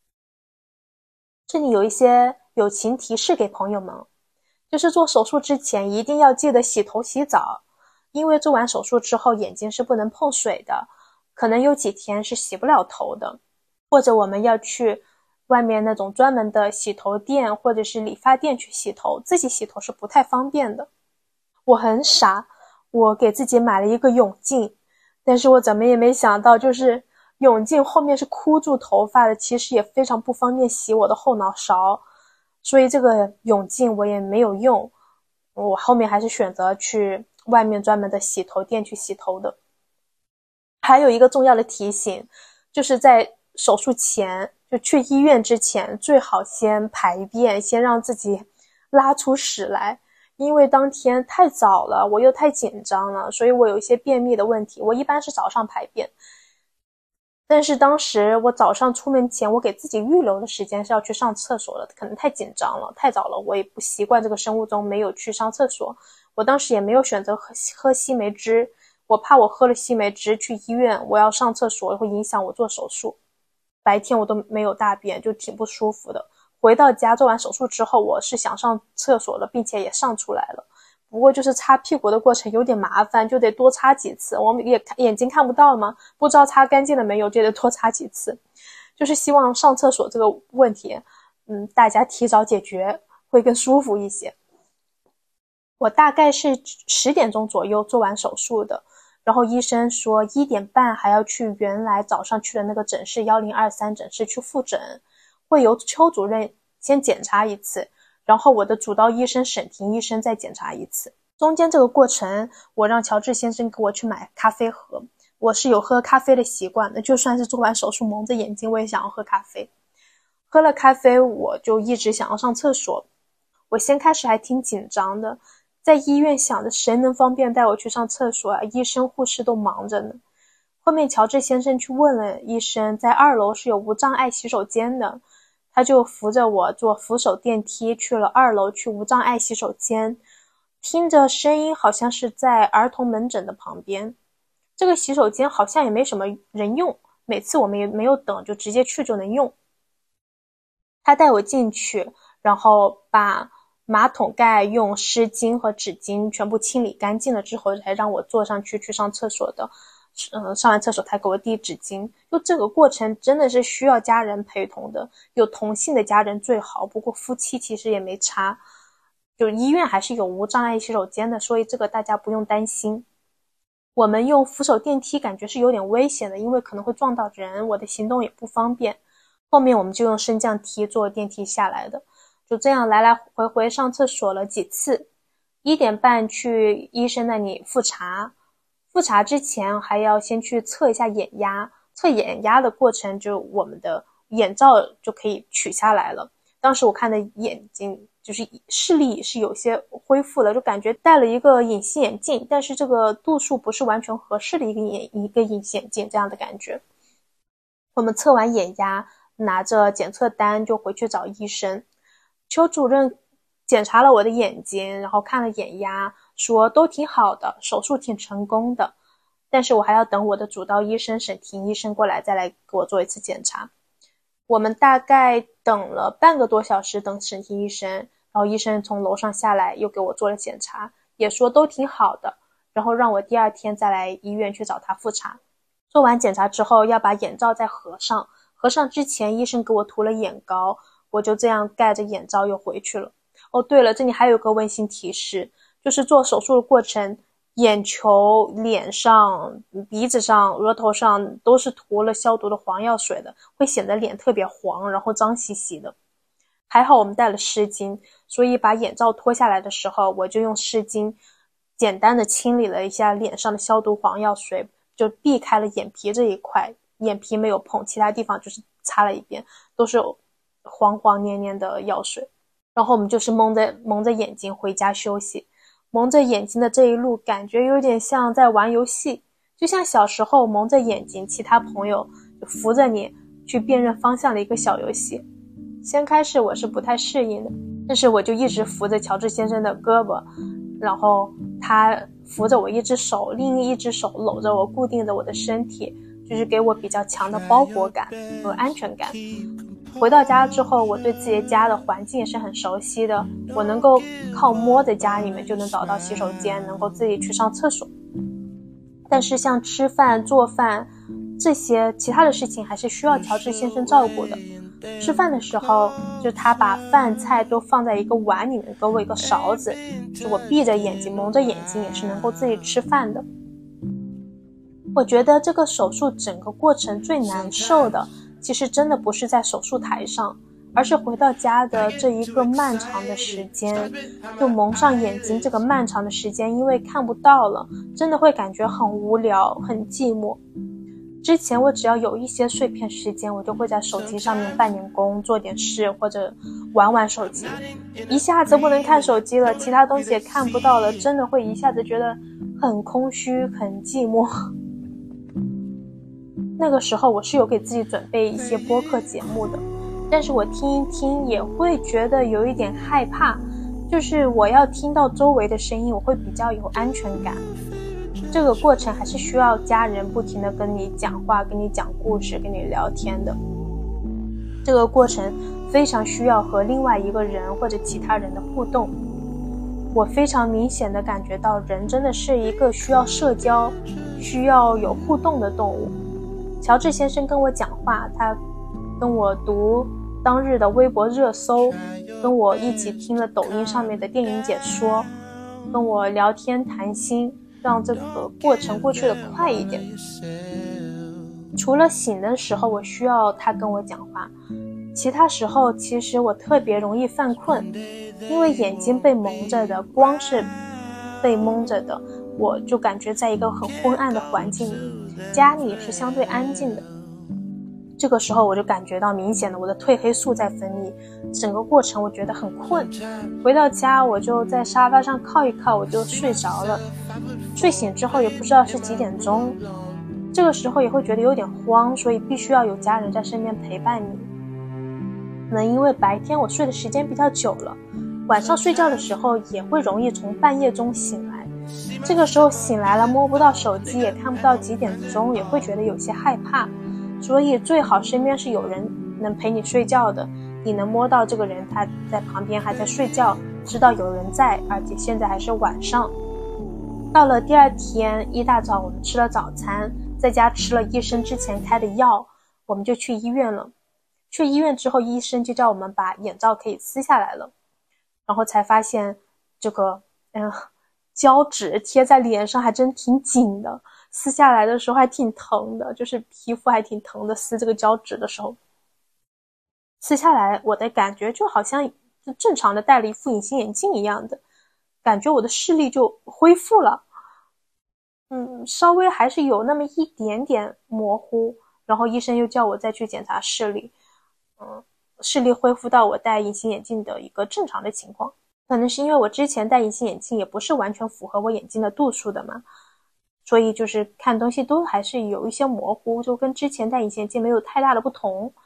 这里有一些友情提示给朋友们，就是做手术之前一定要记得洗头洗澡，因为做完手术之后眼睛是不能碰水的，可能有几天是洗不了头的，或者我们要去外面那种专门的洗头店或者是理发店去洗头，自己洗头是不太方便的。我很傻，我给自己买了一个泳镜，但是我怎么也没想到，就是泳镜后面是箍住头发的，其实也非常不方便洗我的后脑勺，所以这个泳镜我也没有用，我后面还是选择去外面专门的洗头店去洗头的。还有一个重要的提醒，就是在手术前，就去医院之前，最好先排便，先让自己拉出屎来。因为当天太早了，我又太紧张了，所以我有一些便秘的问题，我一般是早上排便。但是当时我早上出门前，我给自己预留的时间是要去上厕所的，可能太紧张了，太早了，我也不习惯这个生物钟，没有去上厕所。我当时也没有选择喝西梅汁，我怕我喝了西梅汁去医院，我要上厕所会影响我做手术。白天我都没有大便，就挺不舒服的。回到家做完手术之后，我是想上厕所了，并且也上出来了。不过就是擦屁股的过程有点麻烦，就得多擦几次。我们也眼睛看不到吗？不知道擦干净了没有，就得多擦几次。就是希望上厕所这个问题，大家提早解决会更舒服一些。我大概是10点钟左右做完手术的，然后医生说1点半还要去原来早上去的那个诊室1023诊室去复诊，会由邱主任先检查一次，然后我的主刀医生沈婷医生再检查一次。中间这个过程，我让乔治先生给我去买咖啡喝，我是有喝咖啡的习惯的，就算是做完手术蒙着眼睛，我也想要喝咖啡。喝了咖啡，我就一直想要上厕所。我先开始还挺紧张的，在医院想着谁能方便带我去上厕所啊，医生护士都忙着呢。后面乔治先生去问了医生，在2楼是有无障碍洗手间的，他就扶着我坐扶手电梯去了2楼，去无障碍洗手间。听着声音好像是在儿童门诊的旁边，这个洗手间好像也没什么人用，每次我们也没有等，就直接去就能用。他带我进去，然后把马桶盖用湿巾和纸巾全部清理干净了之后，才让我坐上去上厕所的。上完厕所他给我递纸巾，就这个过程真的是需要家人陪同的，有同性的家人最好，不过夫妻其实也没差，就医院还是有无障碍洗手间的，所以这个大家不用担心。我们用扶手电梯感觉是有点危险的，因为可能会撞到人，我的行动也不方便。后面我们就用升降梯坐电梯下来的，就这样来来回回上厕所了几次。1点半去医生那里复查，复查之前还要先去测一下眼压，测眼压的过程就我们的眼罩就可以取下来了。当时我看的眼睛就是视力是有些恢复了，就感觉戴了一个隐形眼镜，但是这个度数不是完全合适的一个隐形眼镜这样的感觉。我们测完眼压， 拿着检测单就回去找医生。邱主任检查了我的眼睛，然后看了眼压，说都挺好的，手术挺成功的。但是我还要等我的主刀医生沈婷医生过来再来给我做一次检查。我们大概等了半个多小时，等沈婷医生，然后医生从楼上下来又给我做了检查，也说都挺好的，然后让我第二天再来医院去找他复查。做完检查之后要把眼罩再合上，合上之前医生给我涂了眼膏，我就这样盖着眼罩又回去了。哦，对了，这里还有个温馨提示，就是做手术的过程，眼球、脸上、鼻子上、额头上都是涂了消毒的黄药水的，会显得脸特别黄，然后脏兮兮的。还好我们带了湿巾，所以把眼罩脱下来的时候，我就用湿巾简单的清理了一下脸上的消毒黄药水，就避开了眼皮这一块，眼皮没有碰，其他地方就是擦了一遍，都是黄黄黏黏的药水。然后我们就是蒙着眼睛回家休息。蒙着眼睛的这一路感觉有点像在玩游戏，就像小时候蒙着眼睛，其他朋友就扶着你去辨认方向的一个小游戏。先开始我是不太适应的，但是我就一直扶着乔治先生的胳膊，然后他扶着我一只手，另一只手搂着我，固定着我的身体，就是给我比较强的包裹感和安全感。回到家之后，我对自己家的环境也是很熟悉的，我能够靠摸着家里面就能找到洗手间，能够自己去上厕所。但是像吃饭、做饭这些其他的事情还是需要乔治先生照顾的。吃饭的时候，就他把饭菜都放在一个碗里面，给我一个勺子，就我闭着眼睛蒙着眼睛也是能够自己吃饭的。我觉得这个手术整个过程最难受的其实真的不是在手术台上，而是回到家的这一个漫长的时间。就蒙上眼睛这个漫长的时间，因为看不到了，真的会感觉很无聊很寂寞。之前我只要有一些碎片时间，我就会在手机上面办点工，做点事，或者玩手机。一下子不能看手机了，其他东西也看不到了，真的会一下子觉得很空虚很寂寞。那个时候我是有给自己准备一些播客节目的，但是我听一听也会觉得有一点害怕，就是我要听到周围的声音，我会比较有安全感。这个过程还是需要家人不停地跟你讲话，跟你讲故事，跟你聊天的。这个过程非常需要和另外一个人或者其他人的互动。我非常明显地感觉到人真的是一个需要社交、需要有互动的动物。乔治先生跟我讲话，他跟我读当日的微博热搜，跟我一起听了抖音上面的电影解说，跟我聊天谈心，让这个过程过去的快一点。除了醒的时候我需要他跟我讲话，其他时候其实我特别容易犯困，因为眼睛被蒙着的，光是被蒙着的，我就感觉在一个很昏暗的环境里，家里也是相对安静的。这个时候我就感觉到明显的我的褪黑素在分泌，整个过程我觉得很困。回到家我就在沙发上靠一靠，我就睡着了。睡醒之后也不知道是几点钟，这个时候也会觉得有点慌，所以必须要有家人在身边陪伴你。可能因为白天我睡的时间比较久了，晚上睡觉的时候也会容易从半夜中醒来。这个时候醒来了，摸不到手机，也看不到几点钟，也会觉得有些害怕。所以最好身边是有人能陪你睡觉的，你能摸到这个人他在旁边还在睡觉，知道有人在，而且现在还是晚上。到了第二天一大早，我们吃了早餐，在家吃了医生之前开的药，我们就去医院了。去医院之后，医生就叫我们把眼罩可以撕下来了，然后才发现这个胶纸贴在脸上还真挺紧的，撕下来的时候还挺疼的，就是皮肤还挺疼的，撕这个胶纸的时候。撕下来我的感觉就好像正常的戴了一副隐形眼镜一样的，感觉我的视力就恢复了。稍微还是有那么一点点模糊，然后医生又叫我再去检查视力，视力恢复到我戴隐形眼镜的一个正常的情况。可能是因为我之前戴隐形眼镜也不是完全符合我眼睛的度数的嘛，所以就是看东西都还是有一些模糊，就跟之前戴隐形眼镜没有太大的不同。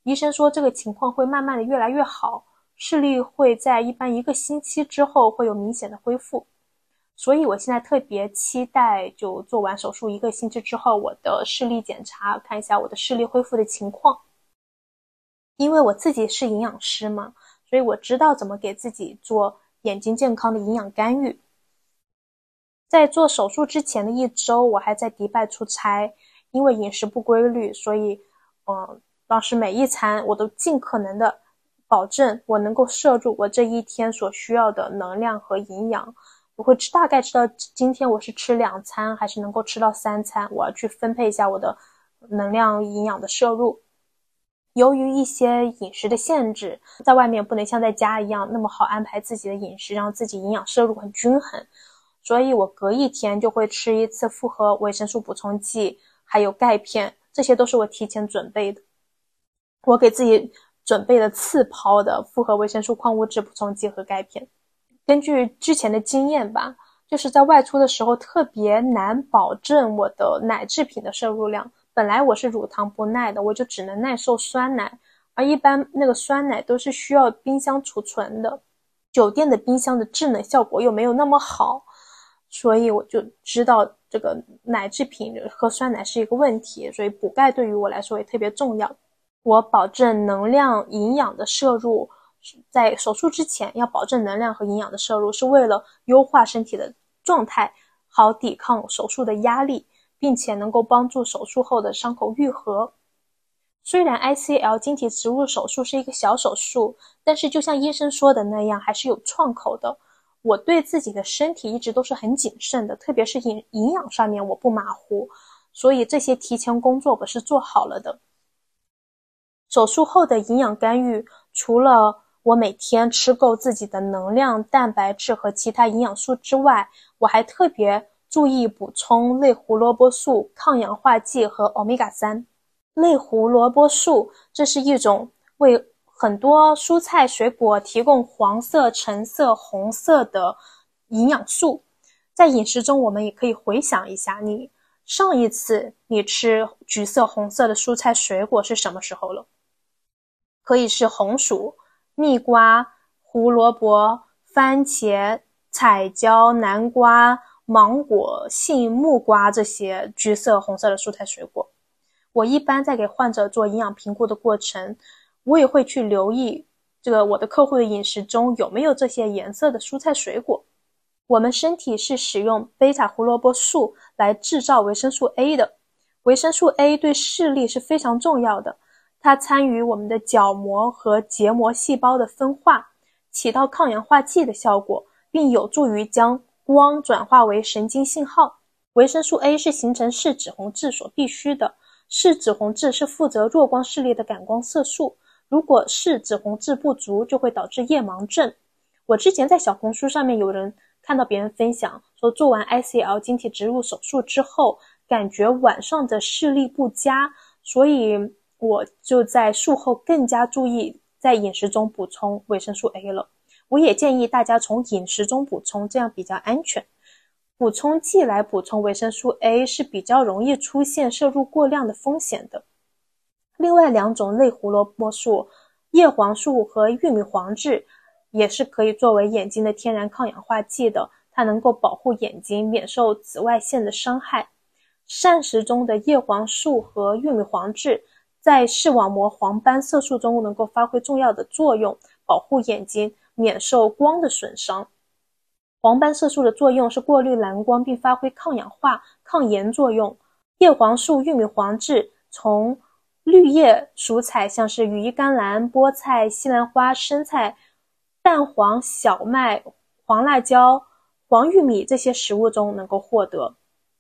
医生说这个情况会慢慢的越来越好，视力会在一般1个星期之后会有明显的恢复。所以我现在特别期待就做完手术1个星期之后我的视力检查，看一下我的视力恢复的情况。因为我自己是营养师嘛，所以我知道怎么给自己做眼睛健康的营养干预。在做手术之前的1周，我还在迪拜出差，因为饮食不规律，所以当时每一餐我都尽可能的保证我能够摄入我这一天所需要的能量和营养。我会大概知道今天我是吃2餐还是能够吃到3餐，我要去分配一下我的能量营养的摄入。由于一些饮食的限制，在外面不能像在家一样那么好安排自己的饮食，让自己营养摄入很均衡，所以我隔1天就会吃1次复合维生素补充剂还有钙片，这些都是我提前准备的。我给自己准备了次抛的复合维生素矿物质补充剂和钙片。根据之前的经验吧，就是在外出的时候特别难保证我的奶制品的摄入量。本来我是乳糖不耐的，我就只能耐受酸奶，而一般那个酸奶都是需要冰箱储存的，酒店的冰箱的制冷效果又没有那么好，所以我就知道这个奶制品喝酸奶是一个问题，所以补钙对于我来说也特别重要。我保证能量营养的摄入，在手术之前要保证能量和营养的摄入，是为了优化身体的状态，好抵抗手术的压力，并且能够帮助手术后的伤口愈合。虽然 ICL 晶体植入手术是一个小手术，但是就像医生说的那样，还是有创口的。我对自己的身体一直都是很谨慎的，特别是营养上面我不马虎，所以这些提前工作我是做好了的。手术后的营养干预，除了我每天吃够自己的能量、蛋白质和其他营养素之外，我还特别注意补充类胡萝卜素、抗氧化剂和 Omega-3。类胡萝卜素，这是一种为很多蔬菜水果提供黄色、橙色、红色的营养素。在饮食中我们也可以回想一下，你上一次你吃橘色、红色的蔬菜水果是什么时候了？可以是红薯、蜜瓜、胡萝卜、番茄、彩椒、南瓜、芒果、杏、木瓜这些橘色、红色的蔬菜水果。我一般在给患者做营养评估的过程，我也会去留意我的客户的饮食中有没有这些颜色的蔬菜水果。我们身体是使用贝塔胡萝卜素来制造维生素 A 的，维生素 A 对视力是非常重要的，它参与我们的角膜和结膜细胞的分化，起到抗氧化剂的效果，并有助于将光转化为神经信号。维生素 A 是形成视紫红质所必须的，视紫红质是负责弱光视力的感光色素，如果视紫红质不足，就会导致夜盲症。我之前在小红书上面有人看到别人分享说，做完 ICL 晶体植入手术之后，感觉晚上的视力不佳，所以我就在术后更加注意在饮食中补充维生素 A 了。我也建议大家从饮食中补充，这样比较安全。补充剂来补充维生素 A 是比较容易出现摄入过量的风险的。另外2种类胡萝卜素，叶黄素和玉米黄质，也是可以作为眼睛的天然抗氧化剂的，它能够保护眼睛免受紫外线的伤害。膳食中的叶黄素和玉米黄质在视网膜黄斑色素中能够发挥重要的作用，保护眼睛免受光的损伤。黄斑色素的作用是过滤蓝光并发挥抗氧化、抗炎作用。叶黄素、玉米黄质从绿叶蔬菜，像是羽衣甘蓝、菠菜、西兰花、生菜、蛋黄、小麦、黄辣椒、黄玉米这些食物中能够获得。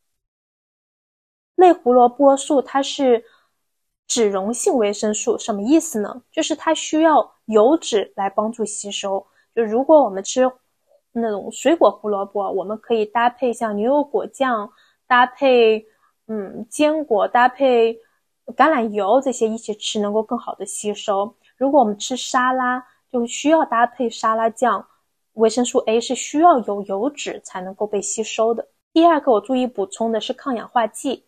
类胡萝卜素它是脂溶性维生素，什么意思呢？就是它需要油脂来帮助吸收。就如果我们吃那种水果胡萝卜，我们可以搭配像牛油果酱，搭配坚果，搭配橄榄油这些一起吃，能够更好的吸收。如果我们吃沙拉，就需要搭配沙拉酱，维生素 A 是需要有油脂才能够被吸收的。第二个我注意补充的是抗氧化剂。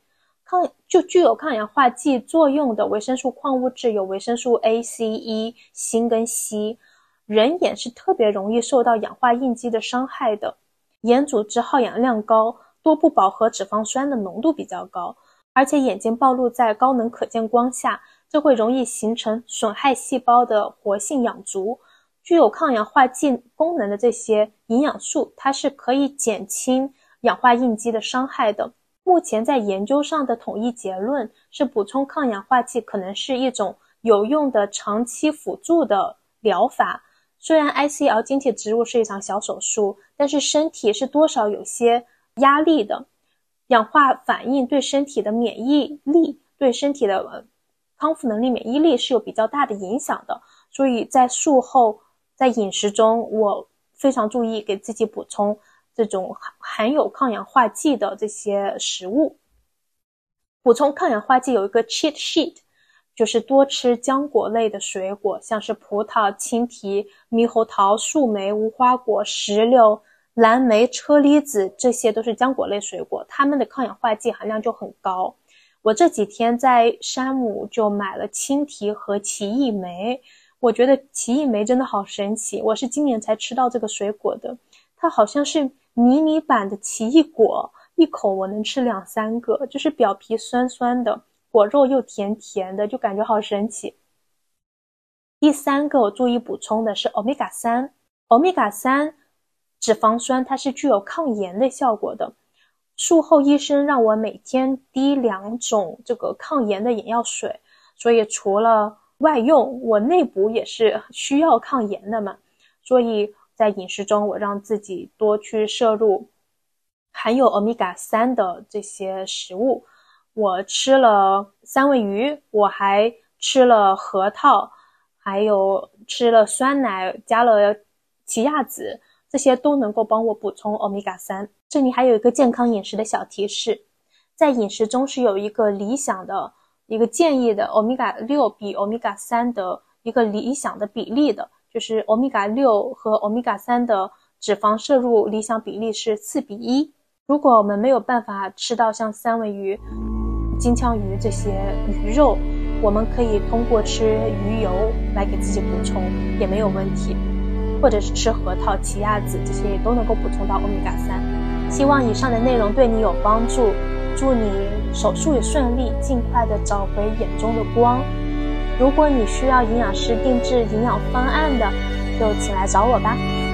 就具有抗氧化剂作用的维生素矿物质有维生素 A、C、E、锌跟硒。人眼是特别容易受到氧化印记的伤害的，眼组织耗氧量高，多不饱和脂肪酸的浓度比较高，而且眼睛暴露在高能可见光下，这会容易形成损害细胞的活性养足。具有抗氧化剂功能的这些营养素，它是可以减轻氧化印记的伤害的。目前在研究上的统一结论是，补充抗氧化剂可能是一种有用的长期辅助的疗法。虽然 ICL 晶体植入是一场小手术，但是身体是多少有些压力的。氧化反应对身体的免疫力，对身体的康复能力、免疫力是有比较大的影响的。所以在术后，在饮食中，我非常注意给自己补充这种含有抗氧化剂的这些食物。补充抗氧化剂有一个 cheat sheet， 就是多吃浆果类的水果，像是葡萄、青提、猕猴桃、树莓、无花果、石榴、蓝莓、车厘子，这些都是浆果类水果，它们的抗氧化剂含量就很高。我这几天在山姆就买了青提和奇异莓，我觉得奇异莓真的好神奇，我是今年才吃到这个水果的，它好像是迷你版的奇异果，一口我能吃2-3个，就是表皮酸酸的，果肉又甜甜的，就感觉好神奇。第3个我注意补充的是 Omega-3， Omega-3 脂肪酸它是具有抗炎的效果的。术后医生让我每天滴2种这个抗炎的眼药水，所以除了外用，我内部也是需要抗炎的嘛，所以在饮食中我让自己多去摄入含有 Omega-3 的这些食物。我吃了三文鱼，我还吃了核桃，还有吃了酸奶，加了奇亚籽，这些都能够帮我补充 Omega-3。这里还有一个健康饮食的小提示，在饮食中是有一个理想的一个建议的 Omega-6 比 Omega-3 的一个理想的比例的，就是 Omega-6 和 Omega-3 的脂肪摄入理想比例是4:1。如果我们没有办法吃到像三文鱼、金枪鱼这些鱼肉，我们可以通过吃鱼油来给自己补充，也没有问题，或者是吃核桃、奇亚籽，这些也都能够补充到 Omega-3。希望以上的内容对你有帮助，祝你手术也顺利，尽快的找回眼中的光。如果你需要营养师定制营养方案的，就请来找我吧。